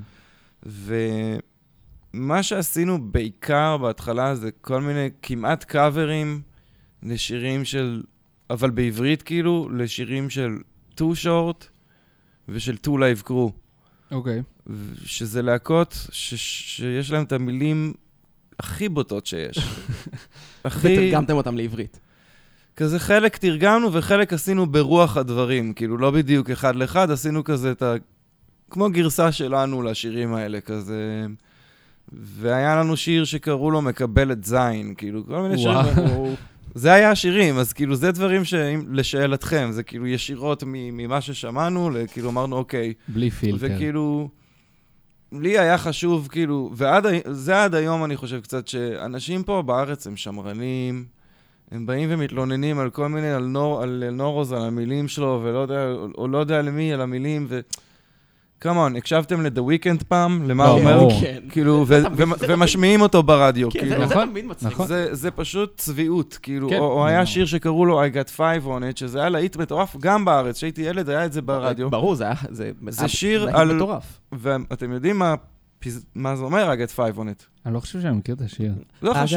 ומה שעשינו בעיקר בהתחלה זה כל מיני כמעט קאברים לשירים של, אבל בעברית כאילו, לשירים של Too Short ושל Too Live Crew. אוקיי. שזה להקות שיש להם את המילים הכי בוטות שיש. ותרגמתם אותם לעברית. כזה חלק תרגמנו וחלק עשינו ברוח הדברים, כאילו לא בדיוק אחד לאחד, עשינו כזה את כמו גרסה שלנו לשירים האלה, כזה. והיה לנו שיר שקראו לו מקבל את זין, כאילו כל מיני שירים. זה היה השירים, אז כאילו זה דברים לשאלתכם, זה כאילו ישירות ממה ששמענו, כאילו אמרנו אוקיי. בלי פילטר. וכאילו, לי היה חשוב, כאילו, וזה עד היום אני חושב קצת, שאנשים פה בארץ הם שמרנים, הם באים ומתלוננים על כל מיני, על נורוז, על המילים שלו, ולא יודע, או לא יודע למי, על המילים, כמון, הקשבתם ל-The Weeknd פעם? למה הוא אומר? כאילו, ומשמיעים אותו ברדיו. כן, זה תמיד מצחיק. זה פשוט צביעות, כאילו, או היה שיר שקראו לו I Got 5 on it, שזה היה להיט מטורף, גם בארץ, שהייתי ילד, היה את זה ברדיו. ברור, זה שיר על... ואתם יודעים מה זה אומר, I Got 5 on it? אני לא חושב שאני מכיר את השיר. לא חשוב.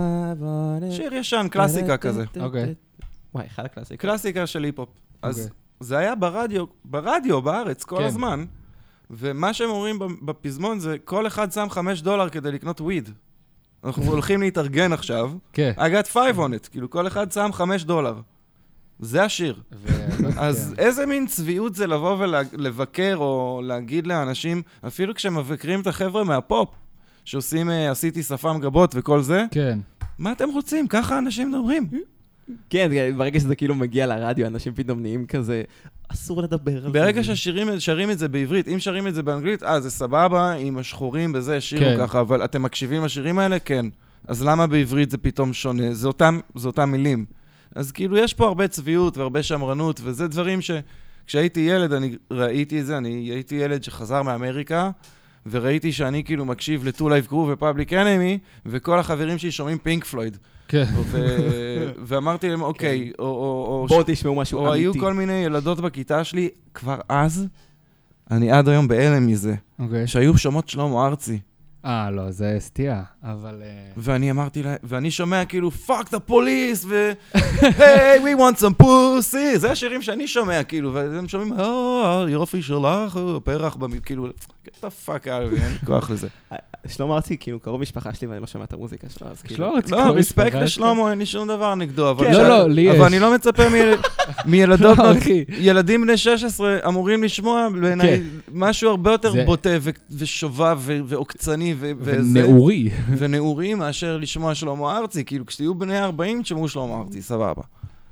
שיר ישן, קלאסיקה כזה. אוקיי. וואי, אחד הקלאסיקה. קלאסיקה של היפ-הופ. אז זה היה ברדיו בארץ כל הזמן. ומה שהם אומרים בפזמון זה, כל אחד שם $5 כדי לקנות וויד. אנחנו הולכים להתארגן עכשיו. I got 5 on it. כאילו, כל אחד שם $5. זה השיר. אז איזה מין צביעות זה לבוא ולבקר או להגיד לאנשים, אפילו כשמבקרים את החבר'ה מהפופ, שעושים, עשיתי שפם גבות וכל זה. כן. מה אתם רוצים? ככה אנשים מדברים. כן, ברגע שזה כאילו מגיע לרדיו, אנשים פתאום נהיים כזה, אסור לדבר על זה. ברגע ששרים את זה בעברית, אם שרים את זה באנגלית, זה סבבה, עם השחורים בזה, שירו ככה, אבל אתם מקשיבים לשירים האלה? כן. אז למה בעברית זה פתאום שונה? זה אותם מילים. אז כאילו יש פה הרבה צביעות והרבה שמרנות, וזה דברים שכשהייתי ילד, אני ראיתי את זה, אני הייתי ילד שחזר מאמריקה, וראיתי שאני כאילו מקשיב ל-Two Live Crew ו-Public Enemy, וכל החברים שלי שומעים פינק פלויד. כן. ואמרתי להם, אוקיי, בואו תשמעו משהו אמיתי. או היו כל מיני ילדות בכיתה שלי, כבר אז, אני עד היום בהלם מזה, שהיו שומעות שלמה ארצי. לא, זה סטייה, אבל... ואני אמרתי לה, ואני שומע כאילו, fuck the police, hey, we want some pussy, זה השירים שאני שומע, כאילו, והם שומעים, יופי שלך, פרח, כאילו, get the fuck out, אין כוח לזה. שלמה ארצי, כאילו, קרוב משפחה שלי, ואני לא שומע את המוזיקה שלו, אז כאילו... לא, רספקט לשלמה, אין לי שום דבר נגדו, אבל לי אני לא מצפה מילדות, ילדים בני 16 אמורים לשמוע בעיניי משהו הרבה יותר בוטה ושובב ועוקצני ונאורי. ונאורי מאשר לשמוע שלמה ארצי, כאילו כשתהיו בני 40 תשמעו שלמה ארצי, סבבה.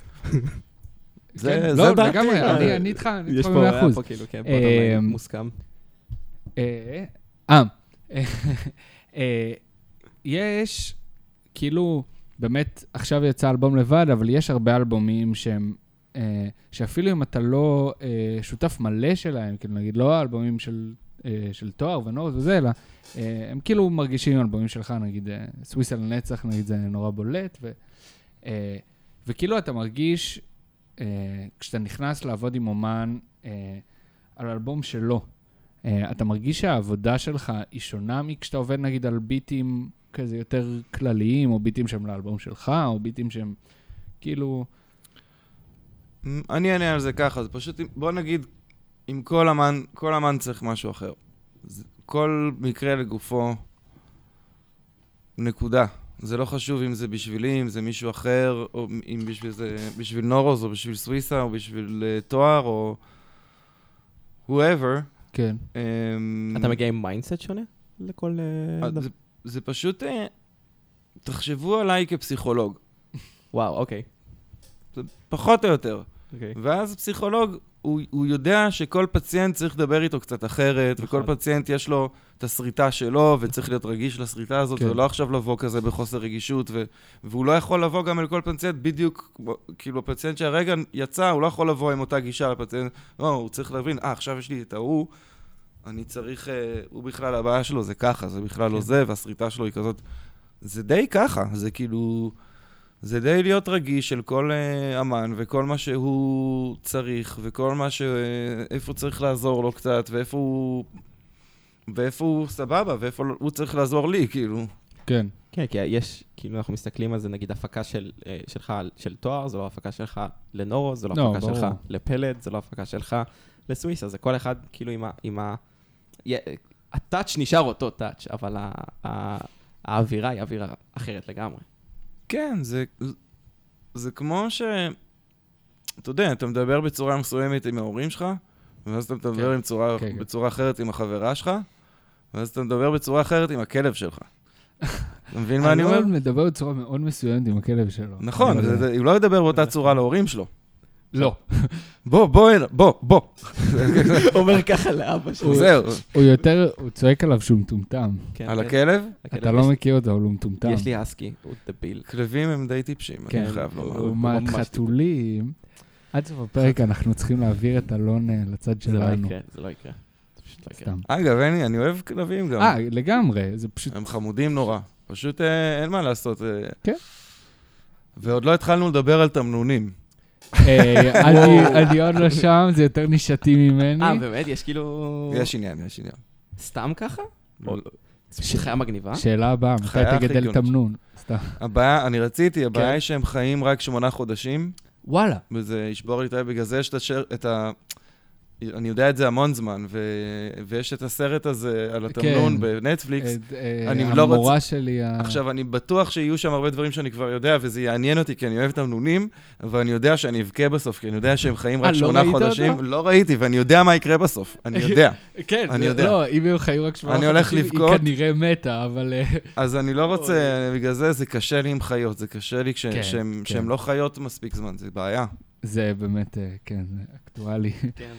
זה לגמרי, אני איתך, יש פה, היה פה כאילו, כן, פה מוסכם. יש, כאילו, באמת, עכשיו יצא אלבום לבד, אבל יש הרבה אלבומים שהם, שאפילו אם אתה לא שותף מלא שלהם, כאילו נגיד, לא האלבומים של תואר ונורס וזה, אלא הם כאילו מרגישים אלבומים שלך, נגיד, סוויס על נצח, נגיד, זה נורא בולט, וכאילו אתה מרגיש, כשאתה נכנס לעבוד עם אומן על אלבום שלו, אתה מרגיש שהעבודה שלך היא שונה מכשאתה עובד נגיד על ביטים כזה יותר כלליים, או ביטים שהם לאלבום שלך, או ביטים שהם כאילו... אני אענה על זה ככה, זה פשוט, בוא נגיד, עם כל אמן צריך משהו אחר. כל מקרה לגופו, נקודה. זה לא חשוב אם זה בשבילי, אם זה מישהו אחר, או אם בשביל נורוז, או בשביל סוויסה, או בשביל תואר, או whoever. כן. אתה מגיע עם מיינדסט שונה לכל... זה פשוט... תחשבו עליי כפסיכולוג. וואו, אוקיי. זה פחות או יותר. ואז פסיכולוג, הוא יודע שכל פציינט צריך לדבר איתו קצת אחרת, וכל פציינט יש לו את הסריטה שלו, וצריך להיות רגיש לסריטה הזאת, ולא עכשיו לבוא כזה בחוסר רגישות, והוא לא יכול לבוא גם אל כל פציינט בדיוק, כאילו הפציינט שהרגע יצא, הוא לא יכול לבוא עם אותה גישה לפציינט, לא, הוא צריך להבין, עכשיו יש לי את ההוא, אני צריך, הוא בכלל, הבעיה שלו זה ככה, זה בכלל לא זה, והסריטה שלו היא כזאת, זה די ככה, זה כאילו... זה די להיות רגיש של כל אמן, וכל מה שהוא צריך, וכל מה איפה צריך לעזור לו קצת, ואיפה הוא סבבה, ואיפה הוא צריך לעזור לי, כאילו. כן. כן, כי יש, כאילו אנחנו מסתכלים על זה, נגיד, הפקה שלך של תואר, זה לא הפקה שלך לנורו, זה לא הפקה שלך לפלד, זה לא הפקה שלך לסוויסה, זה כל אחד, כאילו, עם הטאץ' נשאר אותו טאץ', אבל האווירה היא אווירה אחרת לגמרי. כן, זה כמו אתה יודע, אתה מדבר בצורה מסוימת עם ההורים שלך, ואז אתה מדבר בצורה אחרת עם החברה שלך, ואז אתה מדבר בצורה אחרת עם הכלב שלך. אתה מבין מה אני אומר? אלון מדבר בצורה מאוד מסוימת עם הכלב שלו. נכון, הוא לא ידבר באותה צורה להורים שלו. לא. בוא. אומר ככה לאבא שלי. זהו. הוא צועק עליו שהוא מטומטם. על הכלב? אתה לא מכיר אותו, אבל הוא מטומטם. יש לי אסקי, הוא דביל. כלבים הם די טיפשים, אני חייב לומר. לעומת חתולים, עד סוף הפרק אנחנו צריכים להעביר את אלון לצד שלנו. זה לא יקרה. סתם. אגב, אני אוהב כלבים גם. לגמרי, זה פשוט... הם חמודים נורא. פשוט אין מה לעשות. כן. ועוד לא התחלנו לדבר על תמנונים. אני עוד לא שם, זה יותר נישתי ממני. באמת? יש כאילו... יש עניין. סתם ככה? חיה מגניבה? שאלה הבאה, מתי תגדל תמנון? סתם. הבעיה היא שהם חיים רק 8 חודשים. וואלה. וזה ישבור לי בגלל זה יש את אני יודע את זה המון זמן, ויש את הסרט הזה על התמנון בנטפליקס. המורה שלי... עכשיו, אני בטוח שיהיו שם הרבה דברים שאני כבר יודע, וזה יעניין אותי, כי אני אוהב תמנונים, ואני יודע שאני אבכה בסוף, כי אני יודע שהם חיים רק 8 חודשים. לא ראיתי, ואני יודע מה יקרה בסוף. אני יודע. כן, לא, אם הם חיים רק 8 חודשים, היא כנראה מתה, אבל... אז אני לא רוצה, בגלל זה קשה לי עם חיות, זה קשה לי כשהם לא חיות מספיק זמן, זה בעיה. זה באמת, כן, אקטואלי. כן.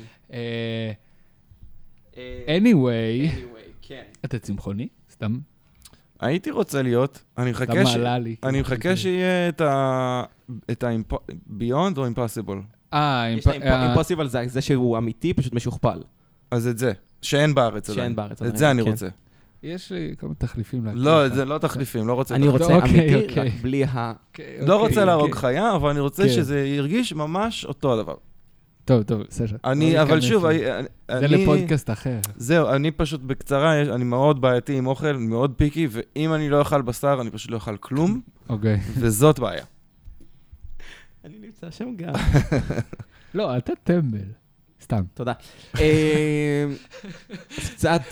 anyway, אתה צמחוני? סתם? הייתי רוצה להיות, אני מחכה שיהיה את ה-Beyond או Impossible. Impossible זה שהוא אמיתי, פשוט משוכפל. אז את זה, שאין בארץ עדיין. את זה אני רוצה. יש לי כמה תחליפים להגיד. לא, זה לא תחליפים, לא רוצה. אני רוצה אמיתי, רק בלי לא רוצה להרוג חיה, אבל אני רוצה שזה ירגיש ממש אותו הדבר. טוב, בסדר. אבל שוב, זה לפודקאסט אחר. זהו, אני פשוט בקצרה, אני מאוד בעייתי עם אוכל, מאוד פיקי, ואם אני לא אוכל בשר, אני פשוט לא אוכל כלום, וזאת בעיה. אני נמצא שם גם. לא, אתה טמבל. סתם. תודה. קצת...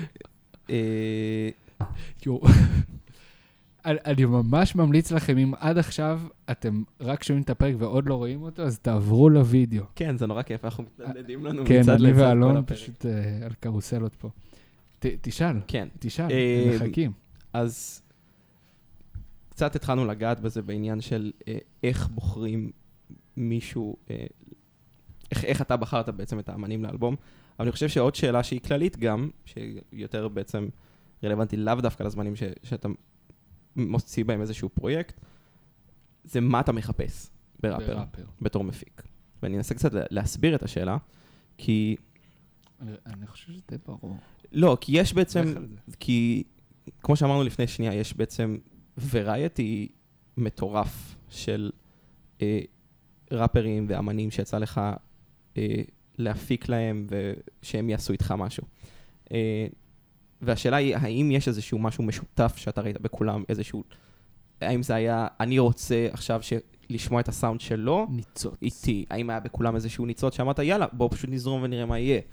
אני ממש ממליץ לכם, אם עד עכשיו אתם רק שומעים את הפרק ועוד לא רואים אותו, אז תעברו לוידאו. כן, זה נורא כיף, אנחנו מתנדדים לנו מצד לצד כל הפרק. כן, אני ואלון פשוט על קרוסלות פה. תשאל, מחכים. אז קצת התחלנו לגעת בזה בעניין של איך בוחרים מישהו, איך אתה בחרת בעצם את האמנים לאלבום, אבל אני חושב שעוד שאלה שהיא כללית גם, שיותר בעצם רלוונטי לאו דווקא לזמנים שאתה מוציא בהם איזשהו פרויקט, זה מה אתה מחפש בראפר, בתור מפיק. ואני אנסה קצת להסביר את השאלה, כי... אני חושב שזה די ברור. לא, כי יש בעצם, כי כמו שאמרנו לפני שנייה, יש בעצם וריאטי מטורף של ראפרים ואמנים שיצא לך להפיק להם ושהם יעשו איתך משהו. והשאלה היא, האם יש איזשהו משהו משותף שאתה ראית בכולם, איזשהו, האם זה היה, אני רוצה עכשיו לשמוע את הסאונד שלו, ניצוץ. איתי, האם היה בכולם איזשהו ניצוץ שאמרת, יאללה, בואו פשוט נזרום ונראה מה יהיה.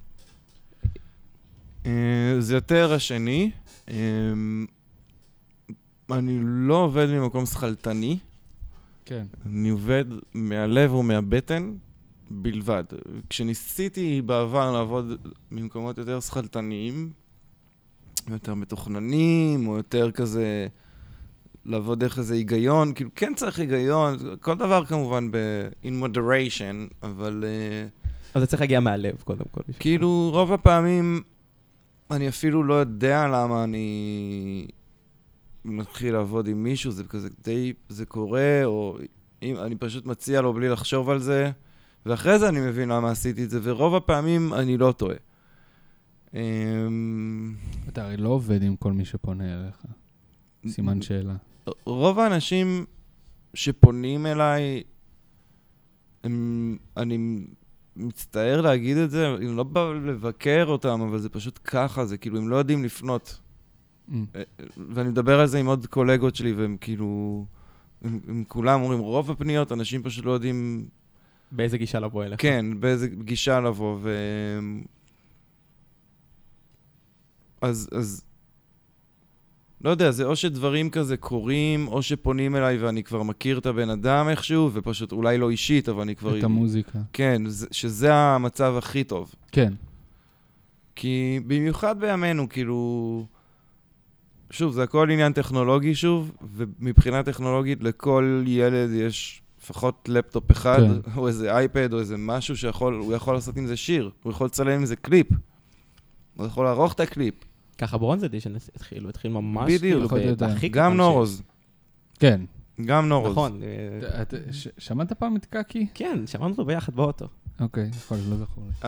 זה יותר השני. אני לא עובד ממקום שחלטני. כן. אני עובד מהלב ומהבטן בלבד. כשניסיתי בעבר לעבוד ממקומות יותר שחלטניים, יותר מתוכננים, או יותר כזה, לעבוד דרך איזה היגיון, כאילו כן צריך היגיון, כל דבר כמובן in moderation, אבל... אז זה צריך להגיע מהלב קודם כל. כאילו רוב הפעמים אני אפילו לא יודע למה אני מתחיל לעבוד עם מישהו, זה כזה די, זה קורה, או אם אני פשוט מציע לו בלי לחשוב על זה, ואחרי זה אני מבין למה עשיתי את זה, ורוב הפעמים אני לא טועה. אתה הרי לא עובד עם כל מי שפונה אליך. סימן שאלה. רוב האנשים שפונים אליי, אני מצטער להגיד את זה, אני לא בא לבקר אותם, אבל זה פשוט ככה, זה כאילו, הם לא יודעים לפנות. ואני מדבר על זה עם עוד קולגות שלי, והם כאילו, הם כולם אומרים, רוב הפניות, אנשים פשוט לא יודעים... באיזה גישה לבוא אליך. כן, באיזה גישה לבוא, אז לא יודע, זה או שדברים כזה קורים, או שפונים אליי ואני כבר מכיר את הבן אדם איכשהו, ופשוט אולי לא אישית, אבל אני כבר... את המוזיקה. כן, שזה המצב הכי טוב. כן. כי במיוחד בימינו, כאילו... שוב, זה הכל עניין טכנולוגי שוב, ומבחינה טכנולוגית לכל ילד יש לפחות לפטופ אחד, כן. או איזה אייפד, או איזה משהו שהוא יכול לעשות עם זה שיר, הוא יכול לצלם עם זה קליפ, הוא יכול לערוך את הקליפ. ככה ברונז אדישן התחיל ממש, בדיוק, בהכי גם נורוז. כן. גם נורוז. נכון. שמעת פעם את קאקי? כן, שמענו אותו ביחד באוטו. אוקיי, יכול, לא זכור לי.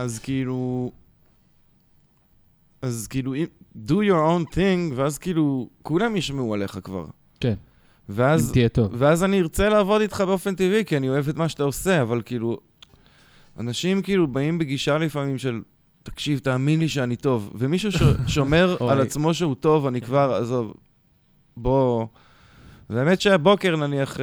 אז כאילו, do your own thing, ואז כאילו, כולם ישמעו עליך כבר. כן. ואז, תהיה טוב. ואז אני ארצה לעבוד איתך באופן טבעי, כי אני אוהב את מה שאתה עושה, אבל כאילו, אנשים כאילו באים בגישה לפעמים של, תקשיב, תאמין לי שאני טוב, ומישהו שומר על עצמו שהוא טוב, אני כבר, עזוב, בוא... באמת שהבוקר נניח,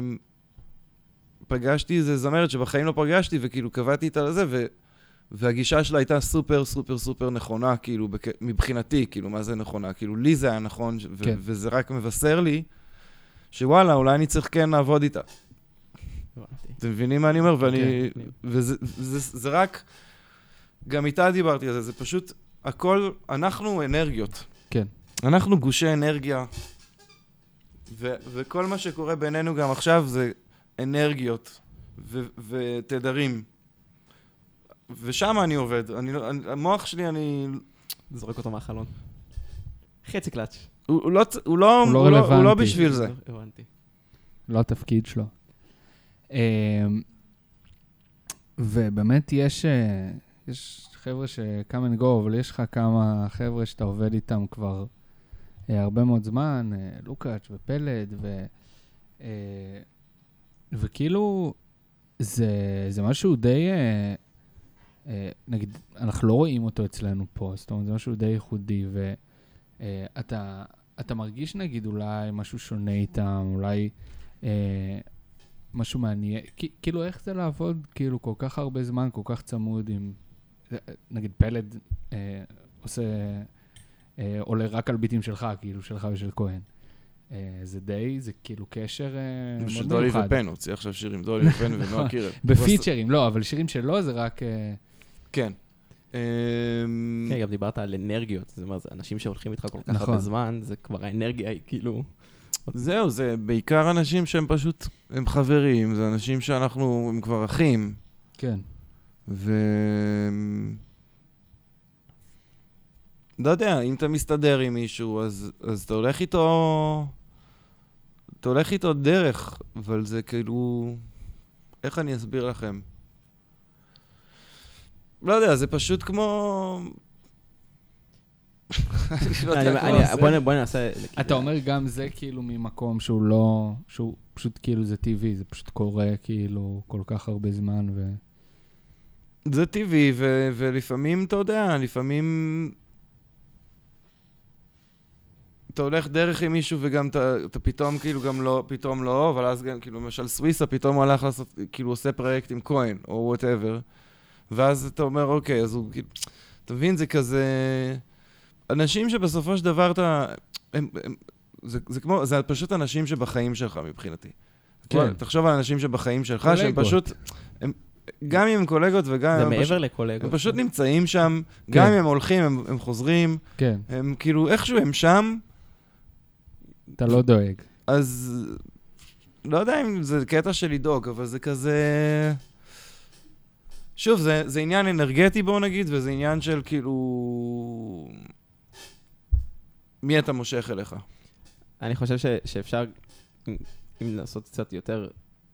פגשתי איזה זמרת שבחיים לא פגשתי, וכאילו קבעתי איתה לזה, והגישה שלה הייתה סופר, סופר, סופר נכונה, כאילו, מבחינתי, כאילו, מה זה נכונה? כאילו, לי זה היה נכון, וזה רק מבשר לי, שוואלה, אולי אני צריך כן לעבוד איתה. אתם מבינים מה אני אומר? וזה רק, גם איתה דיברתי על זה, זה פשוט, הכל, אנחנו אנרגיות. כן. אנחנו גושי אנרגיה, וכל מה שקורה בינינו גם עכשיו זה אנרגיות ותדרים. ושם אני עובד. המוח שלי, אני... זורק אותו מהחלון. חצי קלאץ'. הוא לא בשביל זה. הבנתי. לא התפקיד שלו. ובאמת יש חבר'ה שקם and go, אבל יש לך כמה חבר'ה שאתה עובד איתם כבר הרבה מאוד זמן, לוקאץ' ופלד, וכאילו זה משהו די... נגיד, אנחנו לא רואים אותו אצלנו פה, זאת אומרת, זה משהו די ייחודי, ואתה מרגיש, נגיד, אולי משהו שונה איתם, אולי משהו מעניין, כאילו, איך זה לעבוד, כאילו, כל כך הרבה זמן, כל כך צמוד עם, נגיד, פלד עולה רק על ביטים שלך, כאילו, שלך ושל כהן. זה כאילו קשר מאוד מיוחד. דולי ופן, הוציא עכשיו שיר עם דולי ופן ונועה קירל. בפיצ'רים, לא, אבל שירים שלו זה רק... כן. כן, גם דיברת על אנרגיות, זאת אומרת, אנשים שהולכים איתך כל כך הרבה זמן, זה כבר האנרגיה היא כאילו... זהו, זה בעיקר אנשים שהם פשוט, הם חברים, זה אנשים שאנחנו, הם כבר אחים. כן. לא יודע, אם אתה מסתדר עם מישהו, אז אתה הולך איתו... אתה הולך איתו דרך, אבל זה כאילו... איך אני אסביר לכם? לא יודע, זה פשוט כמו... בוא נעשה... אתה אומר גם זה כאילו ממקום שהוא לא... שהוא פשוט כאילו זה טבעי, זה פשוט קורה כאילו כל כך הרבה זמן ו... זה טבעי, ולפעמים, אתה יודע, לפעמים... אתה הולך דרך עם מישהו וגם אתה פתאום כאילו גם לא, פתאום לא, אבל אז גם כאילו למשל סוויסה פתאום הוא הלך לעשות, כאילו עושה פרויקט עם כהן או whatever, ואז אתה אומר אוקיי, אז הוא כאילו, אתה מבין, זה כזה, אנשים שבסופו של דבר זה כמו, זה פשוט אנשים שבחיים שלך מבחינתי. כן. תחשוב על אנשים שבחיים שלך, שהם פשוט, גם אם הם קולגות וגם זה מעבר לקולגות. הם פשוט נמצאים שם, גם אם הם הולכים, הם חוזרים, הם כאילו איכשהו הם שם, אתה לא דואג. אז לא יודע אם זה קטע של לדאוג, אבל זה כזה... שוב, זה עניין אנרגטי בוא נגיד, וזה עניין של כאילו... מי אתה מושך אליך? אני חושב שאפשר, אם לעשות קצת יותר,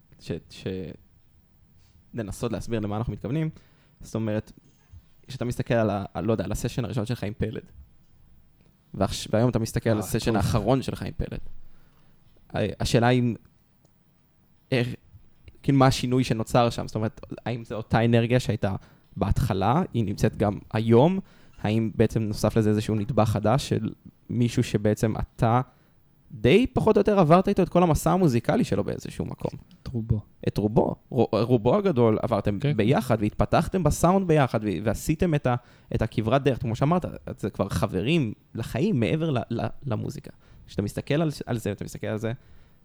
לנסות להסביר למה אנחנו מתכוונים, זאת אומרת, כשאתה מסתכל על, לא יודע, על הסשן הראשון שלך עם פלד, והיום אתה מסתכל על הסשן האחרון שלך עם פלד. השאלה היא, כאילו מה השינוי שנוצר שם? זאת אומרת, האם זו אותה אנרגיה שהייתה בהתחלה, היא נמצאת גם היום? האם בעצם נוסף לזה איזשהו נדבך חדש של מישהו שבעצם אתה די פחות או יותר עברת איתו את כל המסע המוזיקלי שלו באיזשהו מקום. את רובו. רובו הגדול עברתם ביחד, והתפתחתם בסאונד ביחד, ועשיתם את הכברת דרך, כמו שאמרת, זה כבר חברים לחיים מעבר למוזיקה. כשאתה מסתכל על זה, אתה מסתכל על זה,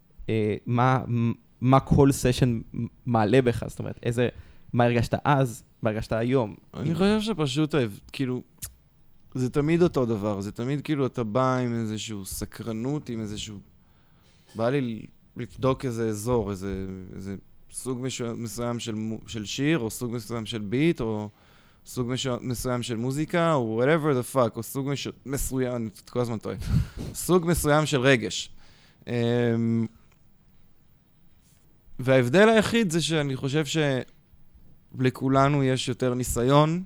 מה כל סשן מעלה בך, זאת אומרת, מה הרגשת אז, מה הרגשת היום. אני חושב שפשוט, כאילו, זה תמיד אותו דבר, זה תמיד כאילו אתה בא עם איזשהו סקרנות, עם איזשהו... בא לי לבדוק איזה אזור, איזה סוג מסוים של שיר, או סוג מסוים של ביט, או סוג מסוים של מוזיקה, או whatever the fuck, או סוג מסוים, אני כל הזמן טועה, סוג מסוים של רגש. וההבדל היחיד זה שאני חושב שלכולנו יש יותר ניסיון,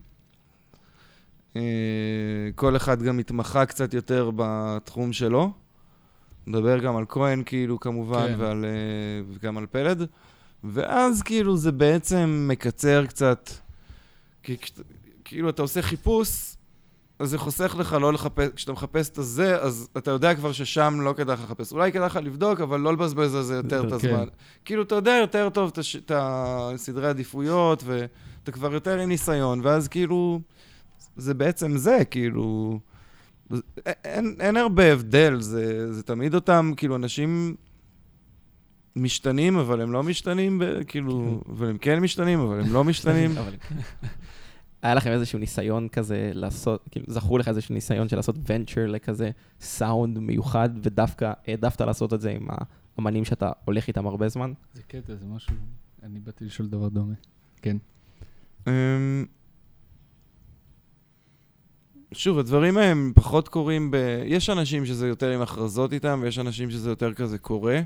כל אחד גם מתמחה קצת יותר בתחום שלו. נדבר גם על כהן, כאילו, כמובן, כן. וגם על פלד. ואז, כאילו, זה בעצם מקצר קצת. כאילו, אתה עושה חיפוש, אז זה חוסך לך לא לחפש, כשאתה מחפש את הזה, אז אתה יודע כבר ששם לא כדאי לך לחפש. אולי כדאי לך לבדוק, אבל לא לבזבז על זה יותר את הזמן. כאילו, אתה יודע יותר טוב את הסדרי עדיפויות, ואתה כבר יותר עם ניסיון, ואז כאילו... זה בעצם זה, כאילו, אין הרבה הבדל, זה תמיד אותם, כאילו, אנשים משתנים, אבל הם לא משתנים, כאילו, אבל הם כן משתנים, אבל הם לא משתנים. היה לכם איזשהו ניסיון כזה לעשות, כאילו, זכרו לך איזשהו ניסיון של לעשות ונצ'ר לכזה סאונד מיוחד, ודווקא העדפת לעשות את זה עם האמנים שאתה הולך איתם הרבה זמן? זה קטע, זה משהו, אני באתי לשאול דבר דומה. כן. שוב, הדברים הם פחות קורים יש אנשים שזה יותר עם הכרזות איתם, ויש אנשים שזה יותר כזה קורה.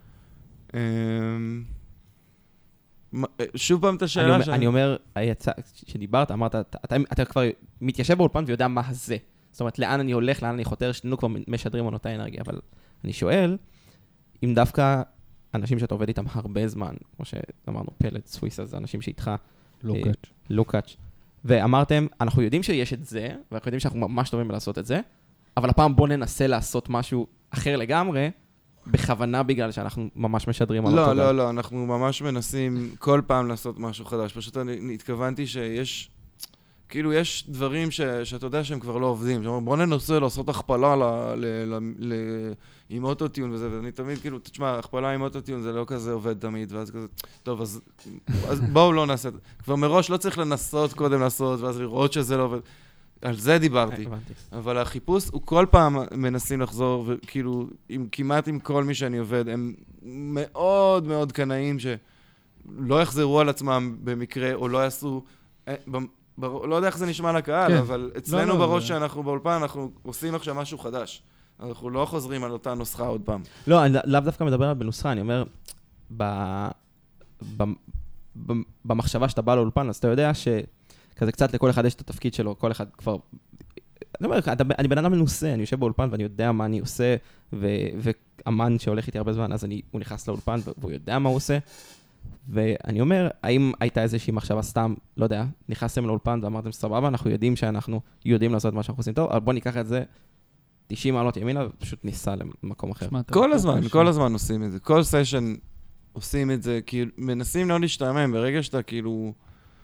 שוב פעם את השאלה אני אומר, שדיברת, אמרת, אתה כבר מתיישב באולפן ויודע מה זה. זאת אומרת, לאן אני הולך, לאן אני חותר, שנינו כבר משדרים על אותה אנרגיה. אבל אני שואל, אם דווקא אנשים שאתה עובד איתם הרבה זמן, כמו שאמרנו, פלד, סוויסה, זה אנשים שאיתך, לוקאץ', ואמרתם, אנחנו יודעים שיש את זה, ואנחנו יודעים שאנחנו ממש טובים לעשות את זה, אבל הפעם בוא ננסה לעשות משהו אחר לגמרי, בכוונה בגלל שאנחנו ממש משדרים על אותו. לא, אנחנו ממש מנסים כל פעם לעשות משהו חדש. פשוט אני התכוונתי שיש, כאילו יש דברים שאתה יודע שהם כבר לא עובדים. בוא ננסה לעשות הכפלה עם אוטוטיון וזה, ואני תמיד כאילו, תשמע, הכפלה עם אוטוטיון זה לא כזה עובד תמיד, ואז כזה, טוב, אז בואו לא נעשה. כבר מראש לא צריך לנסות קודם לעשות, ואז לראות שזה לא עובד. על זה דיברתי. אבל החיפוש הוא כל פעם מנסים לחזור, וכאילו, כמעט עם כל מי שאני עובד, הם מאוד מאוד קנאים שלא יחזרו על עצמם במקרה, או לא יעשו, לא יודע איך זה נשמע לקהל, אבל אצלנו בראש שאנחנו באולפן, אנחנו עושים עכשיו משהו חדש. אנחנו לא חוזרים על אותה נוסחה עוד פעם. לא, אני לאו דווקא מדבר על בנוסחה, אני אומר, במחשבה שאתה בא לאולפן, אז אתה יודע שכזה קצת לכל אחד יש את התפקיד שלו, כל אחד כבר... אני אומר, אני בן אדם מנוסה, אני יושב באולפן ואני יודע מה אני עושה, ואמן שהולך איתי הרבה זמן, אז הוא נכנס לאולפן והוא יודע מה הוא עושה, ואני אומר, האם הייתה איזושהי מחשבה סתם, לא יודע, נכנסתם לאולפן ואמרתם, סבבה, אנחנו יודעים שאנחנו יודעים לעשות מה שאנחנו עושים טוב, אבל בוא ניקח את זה 90 מעלות ימינה ופשוט ניסה למקום אחר. כל הזמן עושים את זה. כל סשן עושים את זה, כאילו, מנסים לא להשתעמם, ברגע שאתה כאילו,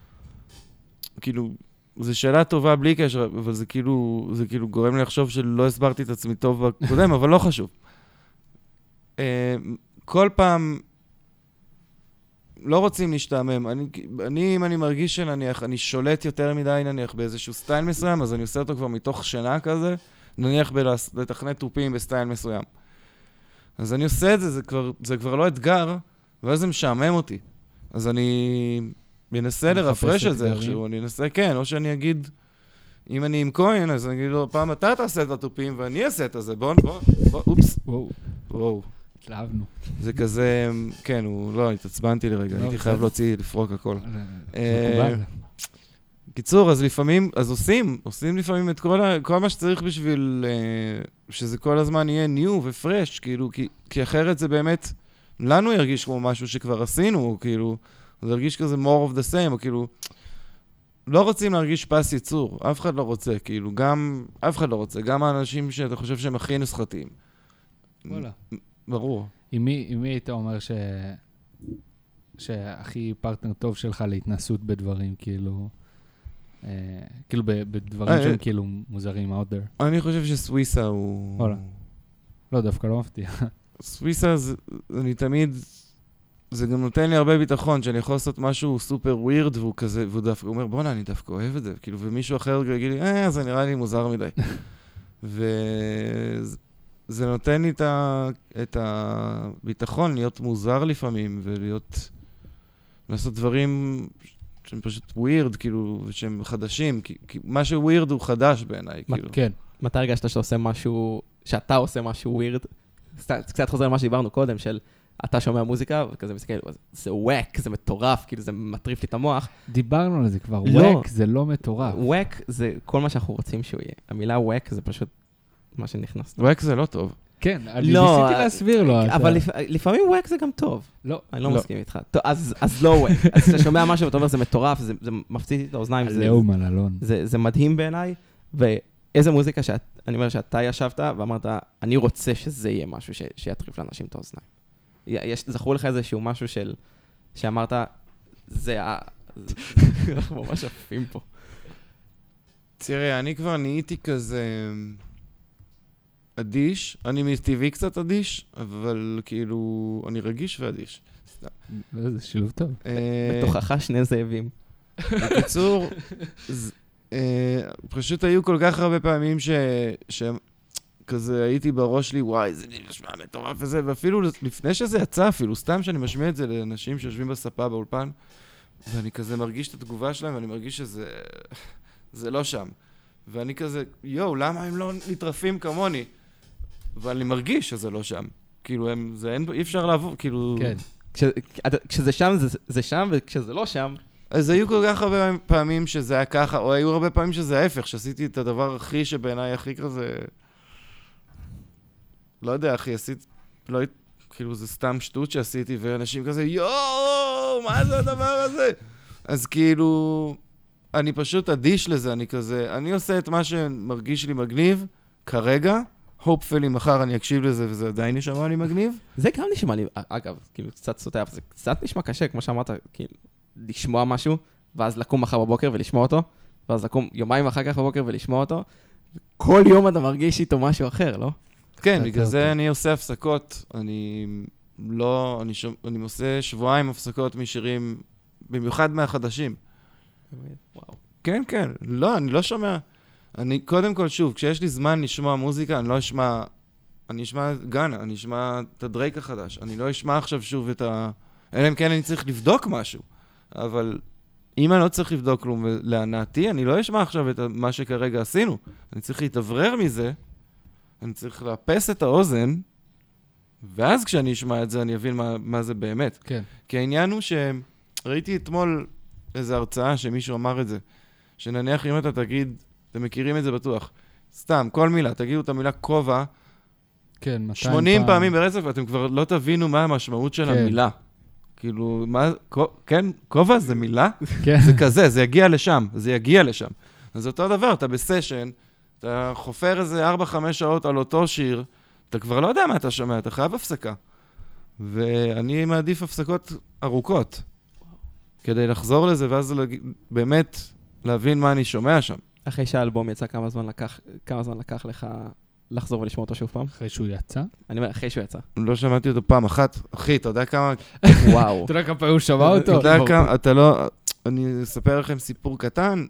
זו שאלה טובה בלי קשר, אבל זה כאילו גורם לי לחשוב שלא הסברתי את עצמי טוב בקודם, אבל לא חשוב. כל פעם, לא רוצים להשתעמם. אם אני מרגיש שנניח, אני שולט יותר מדי, נניח, באיזשהו סטייל מסוים, אז אני עושה אותו כבר מתוך שינה כזה, נניח לתכנת טופים בסטייל מסוים. אז אני עושה את זה, זה כבר לא אתגר, ואז זה משעמם אותי. אז אני מנסה לרפרש את זה איכשהו, אני אנסה, כן, או שאני אגיד, אם אני עם כהן, אז אני אגיד לו, פעם אתה תעשה את הטופים, ואני אעשה את זה, בוא, אופס. וואו. התלהבנו. זה כזה, כן, לא, התעצבנתי לרגע, הייתי חייב להוציא, לפרוק הכל. קיצור, אז לפעמים, אז עושים לפעמים את כל מה שצריך בשביל שזה כל הזמן יהיה ניו ופרש, כאילו, כי אחרת זה באמת, לנו ירגיש כמו משהו שכבר עשינו, כאילו, זה ירגיש כזה more of the same, או כאילו, לא רוצים להרגיש פס ייצור, אף אחד לא רוצה, כאילו, אף אחד לא רוצה, גם האנשים שאתה חושב שהם הכי נסחטים. וואלה. ברור. עם מי היית אומר שהכי פרטנר טוב שלך להתנסות בדברים, כאילו בדברים שהם כאילו מוזרים out there? אני חושב שסוויסה הוא... וואלה. לא, דווקא לא מפתיע. סוויסה, אני תמיד... זה גם נותן לי הרבה ביטחון, שאני יכול לעשות משהו סופר ווירד, והוא כזה, והוא דווקא אומר, בוא'נה, אני דווקא אוהב את זה, כאילו, ומישהו אחר יגיד לי, זה נראה לי מוזר מדי. וזה נותן לי את הביטחון להיות מוזר לפעמים, לעשות דברים שהם פשוט ווירד, כאילו, ושהם חדשים, כי מה שווירד הוא חדש בעיניי, כאילו. כן. מתי הרגשת שאתה עושה משהו ווירד? קצת חוזר למה שדיברנו קודם, של אתה שומע מוזיקה, וכזה מסתכל, זה וואק, זה מטורף, כאילו זה מטריף לי את המוח. דיברנו על זה כבר, וואק זה לא מטורף. וואק זה כל מה שאנחנו רוצים שהוא יהיה. המילה וואק זה פשוט מה שנכנס. וואק זה לא טוב. כן, אני ניסיתי להסביר לו. אבל לפעמים וואק זה גם טוב. לא. אני לא מסכים איתך. אז לא וואק. אז כשאתה שומע משהו ואתה אומר, זה מטורף, זה מפציץ את האוזניים. עליהום על אלון. זה מדהים בעיניי, ואיזה מוזיקה אני אומר שאתה ישבת ואמרת, אני רוצה שזה יהיה משהו שיטריף לאנשים את האוזניים. זכרו לך איזשהו משהו שאמרת, אנחנו ממש עפים פה. תראה, אני כבר נהייתי כזה אדיש, אני מטבעי קצת אדיש, אבל כאילו, אני רגיש ואדיש. זה שילוב טוב. בתוכך שני זאבים. בקיצור, פשוט היו כל כך הרבה פעמים כזה הייתי בראש לי, וואי, זה נשמע מטורף וזה, ואפילו לפני שזה יצא, אפילו סתם שאני משמיע את זה לאנשים שיושבים בספה באולפן, ואני כזה מרגיש את התגובה שלהם, ואני מרגיש שזה לא שם. ואני כזה, למה הם לא נטרפים כמוני? ואני מרגיש שזה לא שם. כאילו, אי אפשר לעבור, כאילו... כן. כשזה שם, זה שם, וכשזה לא שם... אז היו כל כך הרבה פעמים שזה היה ככה, או היו הרבה פעמים שזה ההפך, שעשיתי את הדבר הכי שבעיניי הכי כזה... לא יודע, אחי, עשיתי, כאילו זה סתם שטות שעשיתי, ואנשים כזה, מה זה הדבר הזה? אז כאילו, אני פשוט אדיש לזה, אני עושה את מה שמרגיש לי מגניב, כרגע, hopefully מחר אני אקשיב לזה, וזה עדיין נשמע לי מגניב. זה גם נשמע לי, אגב, כאילו, קצת סוטה, אבל זה קצת נשמע קשה, כמו שאמרת, כאילו, לשמוע משהו, ואז לקום מחר בבוקר ולשמוע אותו, ואז לקום יומיים אחר כך בבוקר ולשמוע אותו, כל יום אתה מרגיש איתו משהו אחר, לא? כן, בגלל זה אני עושה הפסקות, אני עושה שבועיים הפסקות משירים, במיוחד מהחדשים. וואו. כן, כן, לא, אני לא שומע. קודם כל, שוב, כשיש לי זמן לשמוע מוזיקה, אני אשמע גאנה, אני אשמע את הדרייק החדש, אני לא אשמע עכשיו שוב אלא אם כן אני צריך לבדוק משהו, אבל אם אני לא צריך לבדוק כלום להנעתי, אני לא אשמע עכשיו את מה שכרגע עשינו, אני צריך להתאוורר מזה, אני צריך לאפס את האוזן, ואז כשאני אשמע את זה, אני אבין מה זה באמת. כן. כי העניין הוא שראיתי אתמול איזו הרצאה שמישהו אמר את זה, שנניח אם אתה תגיד, אתם מכירים את זה בטוח, סתם, כל מילה, תגידו את המילה כובע, כן, 80 פעמים ברצף, ואתם כבר לא תבינו מה המשמעות של המילה. כאילו, כן, כובע זה מילה? זה כזה, זה יגיע לשם. אז אותו דבר, אתה בסשן, אתה חופר איזה 4-5 שעות על אותו שיר, אתה כבר לא יודע מה אתה שומע, אתה חייב הפסקה. ואני מעדיף הפסקות ארוכות, כדי לחזור לזה, ואז באמת להבין מה אני שומע שם. אחרי שהאלבום יצא, כמה זמן לקח לך לחזור ולשמוע אותו שוב פעם? אחרי שהוא יצא? אני אומר, אחרי שהוא יצא. לא שמעתי אותו פעם אחת. אחי, אתה יודע כמה... וואו. אתה יודע כמה פעמים הוא שמע אותו? אתה יודע כמה... אתה לא... אני אספר לכם סיפור קטן.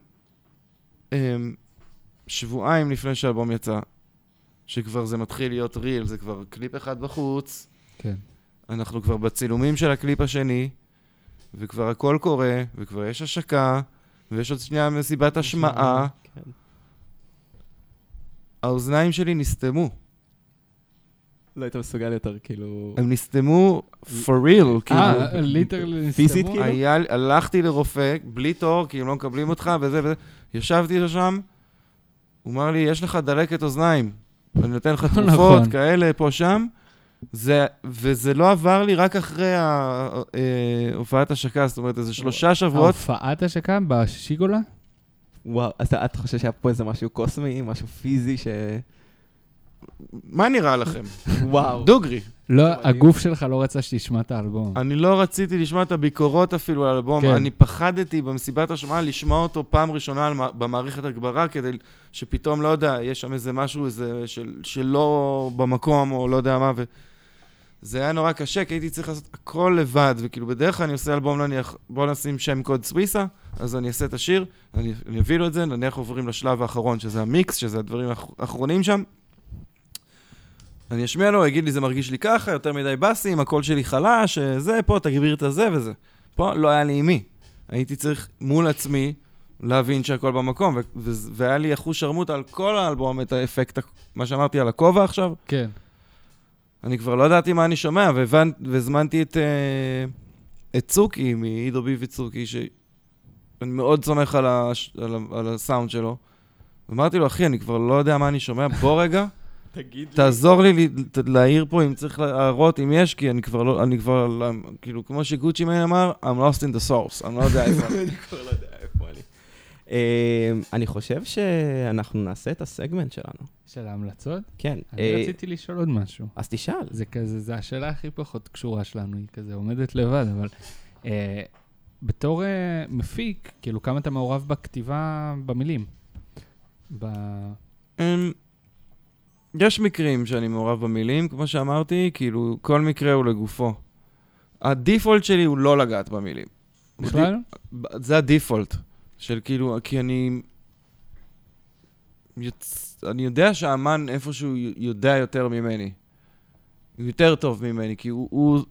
שבועיים לפני שהאלבום יצא, שכבר זה מתחיל להיות ריל, זה כבר קליפ אחד בחוץ. כן. אנחנו כבר בצילומים של הקליפ השני, וכבר הכל קורה, וכבר יש השקה, ויש עוד שנייה מסיבת השמעה. כן. האוזניים שלי נסתמו. לא היית מסוגל יותר, כאילו... הם נסתמו for real, כאילו. ליטרלי נסתמו? פיזית, כאילו? הלכתי לרופא, בלי תור, כי הם לא מקבלים אותך, וזה וזה. ישבתי שם, הוא אמר לי, יש לך דלקת אוזניים. אני נותן לך תרופות כאלה פה שם, וזה לא עבר לי רק אחרי הופעת השקה, זאת אומרת, איזה 3 שבועות. ההופעת השקה בשיגולה? וואו, אז אתה חושב שהיה פה איזה משהו קוסמי, משהו פיזי מה נראה לכם? וואו. דוגרי. לא, הגוף שלך לא רצה שתשמע את האלבום. אני לא רציתי לשמוע את הביקורות אפילו על האלבום, כן. אני פחדתי במסיבת השמעה לשמוע אותו פעם ראשונה במערכת הגברה, כדי שפתאום, לא יודע, יש שם איזה משהו שלא במקום, או לא יודע מה, זה היה נורא קשה, כי הייתי צריך לעשות הכל לבד, וכאילו בדרך כלל אני עושה אלבום, נניח, בוא נשים שם קוד סוויסה, אז אני אעשה את השיר, אני אביא לו את זה, נניח עוברים לשלב האחרון, שזה המיקס, שזה הדברים האחרונים שם, אני אשמיע לו, יגיד לי, זה מרגיש לי ככה, יותר מדי בסים, הקול שלי חלש, זה, פה, תגביר את הזה וזה. פה לא היה לי עם מי. הייתי צריך מול עצמי להבין שהכל במקום, והיה לי אחוז שרמוט על כל האלבום, את האפקט, מה שאמרתי על הכובע עכשיו. כן. אני כבר לא ידעתי מה אני שומע, והזמנתי את צוקי, מעידו בי וצוקי, שאני מאוד סומך על הסאונד שלו. ואמרתי לו, אחי, אני כבר לא יודע מה אני שומע, בוא רגע, תעזור לי להעיר פה אם צריך להראות אם יש, כי אני כבר, כאילו, כמו שגוצ'י מיין אמר, I'm lost in the source, אני לא יודע איפה. אני כבר לא יודע איפה אני. אני חושב שאנחנו נעשה את הסגמנט שלנו. של ההמלצות? כן. אני רציתי לשאול עוד משהו. אז תשאל. זה כזה, זה השאלה הכי פחות קשורה שלנו, היא כזה עומדת לבד, אבל בתור מפיק, כאילו, כמה אתה מעורב בכתיבה במילים? יש מקרים שאני מעורב במילים, כמו שאמרתי, כאילו, כל מקרה הוא לגופו. הדיפולט שלי הוא לא לגעת במילים. בכלל? זה הדיפולט. של כאילו, כי אני יודע שהאמן איפשהו יודע יותר ממני. יותר טוב ממני, כי הוא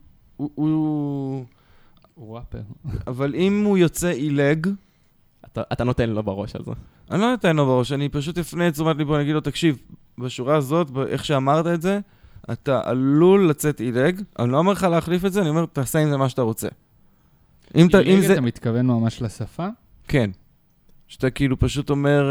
ראפר. אבל אם הוא יוצא אילג, אתה נותן לו בראש על זה. אני לא נותן לו בראש, אני פשוט אפנה את תשומת ליבו, אני אגיד לו, תקשיב, בשורה הזאת, איך שאמרת את זה, אתה עלול לצאת אילג, אני לא אומר לך להחליף את זה, אני אומר, תעשה עם זה מה שאתה רוצה. אילג אתה מתכוון ממש לשפה? כן. שאתה כאילו פשוט אומר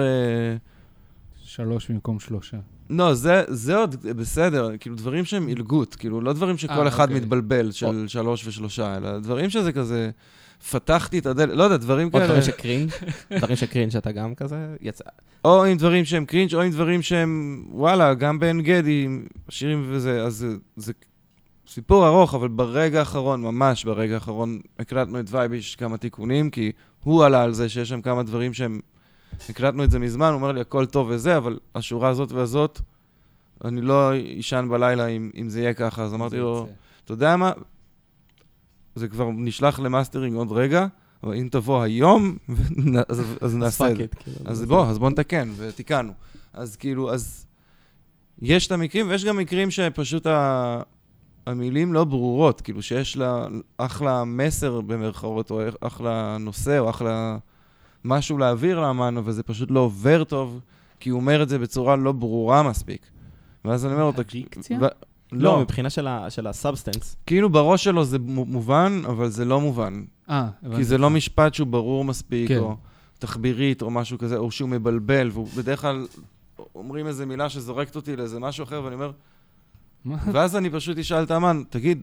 3 במקום 3. לא, זה עוד בסדר, כאילו דברים שהם אילגות, כאילו לא דברים שכל אחד מתבלבל של 3 ו3, אלא דברים שזה כזה, פתחתי את הדלת, לא יודע, דברים כאלה. או דברים שקרינג', דברים שקרינג' שאתה גם כזה יצא. או עם דברים שהם קרינג', או עם דברים שהם, וואלה, גם בעין גדי, שירים וזה, אז זה סיפור ארוך, אבל ברגע האחרון, ממש ברגע האחרון, הקלטנו את וייביש כמה תיקונים, כי הוא עלה על זה שיש שם כמה דברים שהם, הקלטנו את זה מזמן, הוא אומר לי, הכל טוב וזה, אבל השורה הזאת והזאת, אני לא אישן בלילה אם זה יהיה ככה, אז אמרתי לו, אתה יודע מה? זה כבר נשלח למאסטרינג עוד רגע, אבל אם תבוא היום, אז נעשה את זה. אז בוא נתקן, ותיקנו. אז כאילו, אז יש את המקרים, ויש גם מקרים שפשוט המילים לא ברורות, כאילו שיש לה אחלה מסר במרכאות, או אחלה נושא, או אחלה משהו להעביר לאמן, אבל זה פשוט לא עובר טוב, כי הוא אומר את זה בצורה לא ברורה מספיק. ואז אני אומר לו, הדיקציה? לא, מבחינה של הסאבסטנס. כאילו בראש שלו זה מובן, אבל זה לא מובן. כי זה לא משפט שהוא ברור מספיק, או תחבירית, או משהו כזה, או שהוא מבלבל, ובדרך כלל אומרים איזו מילה שזורקת אותי לאיזה משהו אחר, ואני אומר, ואז אני פשוט אשאל את האמן, תגיד,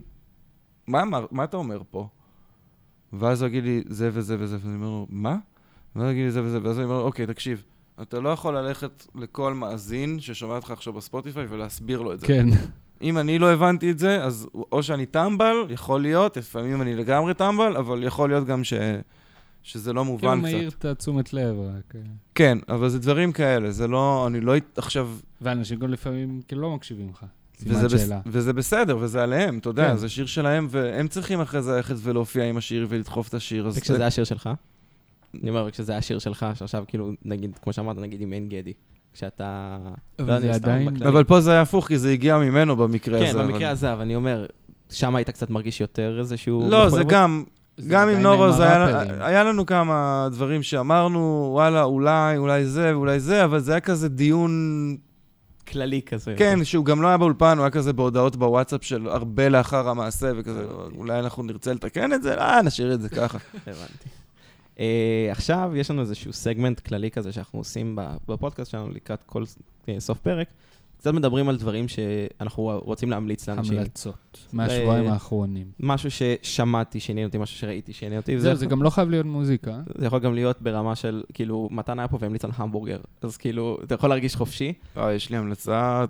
מה אתה אומר פה? ואז הוא יגיד לי, זה וזה וזה, ואני אומר לו, מה? ואז הוא יגיד לי, זה וזה, ואז אני אומר לו, אוקיי, תקשיב, אתה לא יכול ללכת לכל מאזין ששומע אותך עכשיו בספוטיפיי ולהסביר לו את זה. כן. אם אני לא הבנתי את זה, אז או שאני טמבל, יכול להיות, לפעמים אני לגמרי טמבל, אבל יכול להיות גם שזה לא מובן קצת. כאילו מהיר את תשומת לב. כן, אבל זה דברים כאלה, זה לא, אני לא עכשיו... ואנשים גם לפעמים כאילו לא מקשיבים לך. וזה בסדר, וזה עליהם, אתה יודע, זה שיר שלהם, והם צריכים אחרי זה ללכת ולהופיע עם השיר ולדחוף את השיר. וכשזה השיר שלך? אני אומר, כשזה השיר שלך, שעכשיו כאילו, נגיד, כמו שאמרת, נגיד עם עין גדי. כשאתה... אבל פה זה היה הפוך, כי זה הגיע ממנו במקרה הזה. כן, במקרה הזה, אבל אני אומר, שם היית קצת מרגיש יותר איזשהו... לא, זה גם עם נורוז, היה לנו כמה דברים שאמרנו, וואלה, אולי זה ואולי זה, אבל זה היה כזה דיון... כללי כזה. כן, שהוא גם לא היה באולפן, הוא היה כזה בהודעות בוואטסאפ של הרבה לאחר המעשה, וכזה, אולי אנחנו נרצה לתקן את זה? נשאיר את זה ככה. הבנתי. עכשיו יש לנו איזשהו סגמנט כללי כזה שאנחנו עושים בפודקאסט שלנו לקראת כל סוף פרק, קצת מדברים על דברים שאנחנו רוצים להמליץ לאנשים. המלצות, מהשבועיים האחרונים. משהו ששמעתי שעניין אותי, משהו שראיתי שעניין אותי. זה גם לא חייב להיות מוזיקה. זה יכול גם להיות ברמה של, כאילו, מתן היה פה והמליץ על המבורגר. אז כאילו, אתה יכול להרגיש חופשי. יש לי המלצה.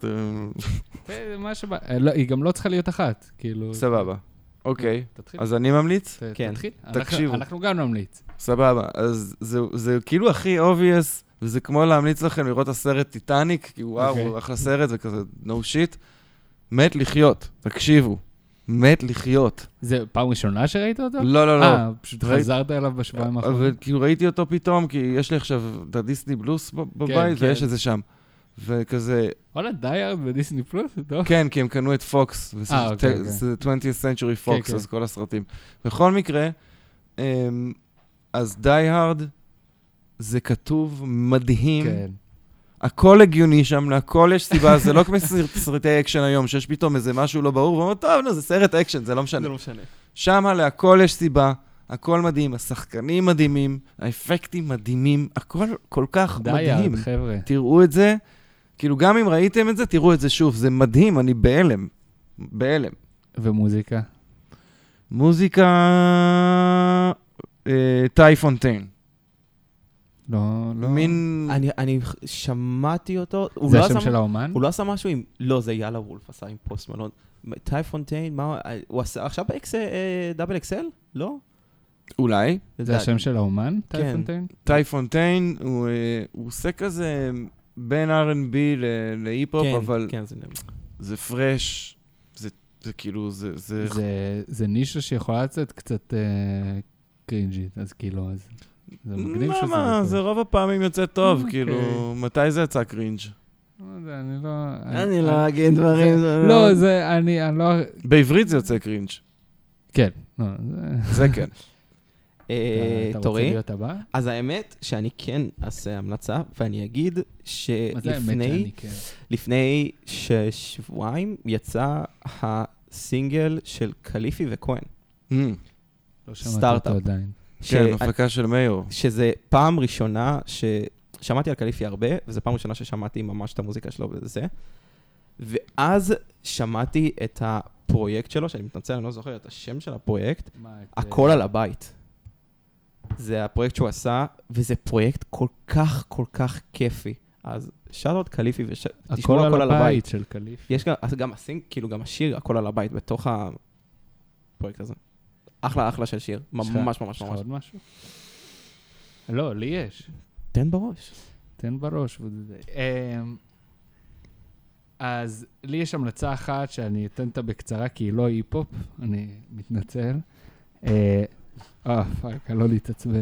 היא גם לא צריכה להיות אחת, כאילו... סבבה. אוקיי. תתחיל. אז אני ממליץ? כן. תתחיל. תקשיבו. אנחנו גם נמליץ. סבבה. אז זה כאילו הכי obvious, וזה כמו להמליץ לכם לראות הסרט טיטניק, כי וואו, אחלה סרט, זה כזה no shit. מת לחיות. תקשיבו. מת לחיות. זה פעם ראשונה שראית אותו? לא. פשוט חזרת אליו בשבועיים האחרונים. אבל כאילו ראיתי אותו פתאום, כי יש לי עכשיו את הדיסני פלוס בבית, ויש את זה שם. וכזה... וואלה, די-הארד בדיסני פלוס? כן, כי הם קנו את פוקס, זה 20th Century Fox, אז כל הסרטים. בכל מקרה, אז די-הארד זה כתוב מדהים. הכל הגיוני שם, להכל יש סיבה, זה לא כמו סרטי אקשן היום, שיש פתאום איזה משהו לא ברור, ואומר, טוב, זה סרט אקשן, זה לא משנה. שם להכל יש סיבה, הכל מדהים, השחקנים מדהימים, האפקטים מדהימים, הכל כל כך מדהים. די-הארד, חבר'ה. תראו את זה, כאילו גם אם ראיתם את זה, תראו את זה שוב, זה מדהים, אני בהלם. בהלם. ומוזיקה? מוזיקה... טי פונטיין. לא. אני שמעתי אותו. זה השם של האומן? הוא לא עשה משהו עם... לא, זה יאללה וולף עשה עם פוסט מלון. טי פונטיין, מה... הוא עשה עכשיו דאבל אקסל? לא? אולי. זה השם של האומן? טי פונטיין? טי פונטיין, הוא עושה כזה... בין R&B להיפ-הופ, אבל זה פרש, זה כאילו, זה נישה שיכולה לצאת קצת קרינג'ית, אז כאילו, זה מגניב שזה... מה, זה רוב הפעמים יוצא טוב, כאילו, מתי זה יצא קרינג'? לא יודע, אני לא... אני לא אגיד דברים... לא, זה, אני לא... בעברית זה יוצא קרינג'. כן. זה כן. אתה רוצה להיות הבא? אז האמת שאני כן אעשה המלצה, ואני אגיד שלפני שבועיים יצא הסינגל של קליפי וכהן. לא שמעתי אותו עדיין. כן, הפקה של מאיור. שזה פעם ראשונה ששמעתי על קליפי הרבה, וזו פעם ראשונה ששמעתי ממש את המוזיקה שלו וזה. ואז שמעתי את הפרויקט שלו, שאני מתנצל, אני לא זוכר את השם של הפרויקט, הכל על הבית. זה הפרויקט שהוא עשה, וזה פרויקט כל כך כיפי. אז שאלות קליפי ותשמעו הכל על הבית של קליפי. יש גם כאילו גם השיר הכל על הבית בתוך הפרויקט הזה. אחלה של שיר, ממש. יש לך עוד משהו? לא, לי יש. תן בראש. אז לי יש המלצה אחת שאני אתן אותה בקצרה, כי היא לא היפ-הופ, אני מתנצל. פאק, לא להתעצבן.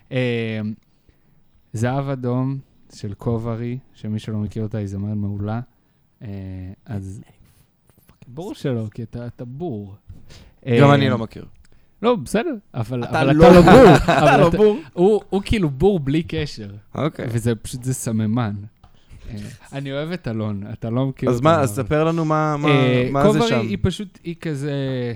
זהב אדום של קוברי, שמי שלא מכיר אותה היא זמרת מעולה. אז בור שלו, כי אתה בור. גם אני לא מכיר. לא, בסדר, אבל אתה לא בור. הוא כאילו בור בלי קשר. אוקיי. וזה פשוט, זה סממן. אני אוהב את אלון, אתה לא מכיר אותו. אז ספר לנו מה זה שם. קוברי היא פשוט, היא כזה...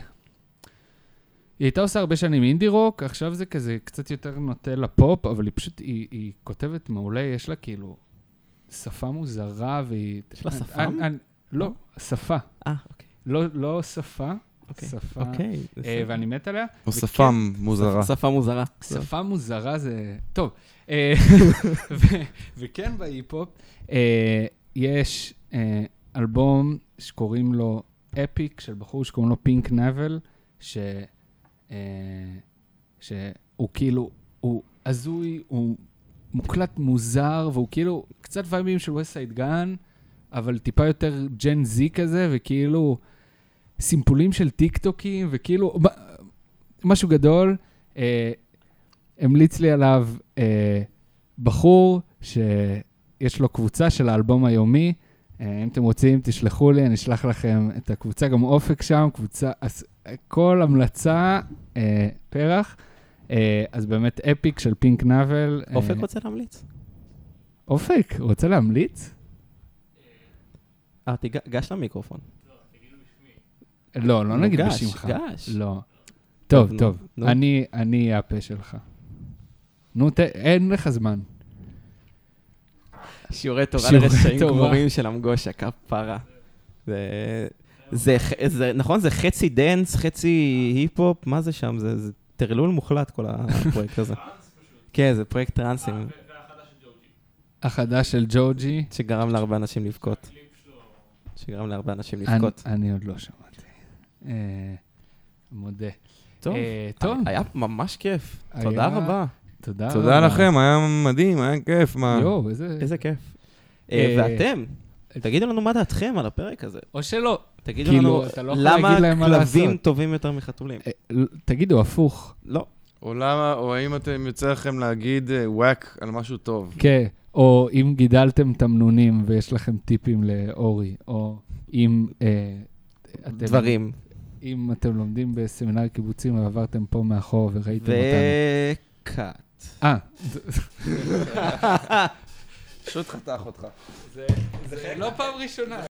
היא הייתה עושה הרבה שנים אינדי רוק, עכשיו זה כזה קצת יותר נוטה לפופ, אבל היא פשוט, היא כותבת מעולה, יש לה כאילו שפה מוזרה, והיא... יש לה שפם? לא, שפה. אוקיי. לא שפה, שפה. אוקיי. ואני מת עליה. או שפה מוזרה. שפה מוזרה. שפה מוזרה זה... טוב. וכן בהיפ-הופ, יש אלבום שקוראים לו אפיק, של בחור שקוראים לו פינק נבל, שהוא כאילו, הוא עזוי, הוא מוקלט מוזר, והוא כאילו קצת וייבים של ווסט-סייד גן, אבל טיפה יותר ג'ן זי כזה, וכאילו סימפולים של טיק-טוקים, וכאילו משהו גדול. המליץ לי עליו בחור שיש לו קבוצה של האלבום היומי, אם אתם רוצים, תשלחו לי, אני אשלח לכם את הקבוצה, גם אופק שם, קבוצה, כל המלצה, פרח, אז באמת אפיק של פינק נבל. אופק רוצה להמליץ? אופק, רוצה להמליץ? גש למיקרופון. לא, תגידו בשמי. לא נגיד בשמך. גש. לא. טוב, אני הפה שלך. נו, אין לך זמן. שיעורי תורה לרשעים גמורים של אמגושה, כפרה. זה, נכון, זה חצי דנס, חצי היפ-הופ, מה זה שם? זה טרלול מוחלט, כל הפרויקט הזה. כן, זה פרויקט טרנסים. החדש של ג'וג'י. שגרם להרבה אנשים לבכות. אני עוד לא שמעתי. מודה. טוב, היה ממש כיף. תודה רבה. תודה לכם, היה מדהים, היה כיף. יואו, איזה כיף. ואתם, תגידו לנו מה דעתכם על הפרק הזה. או שלא. תגידו לנו למה כלבים טובים יותר מחתולים. תגידו, הפוך. לא. או האם אתם יוצא לכם להגיד וואק על משהו טוב. כן, או אם גידלתם תמנונים ויש לכם טיפים לאורי, או אם דברים. אם אתם לומדים בסמינר קיבוצים ועברתם פה מאחור וראיתם אותנו. וקאט. פשוט חתך אותך. זה לא פעם ראשונה.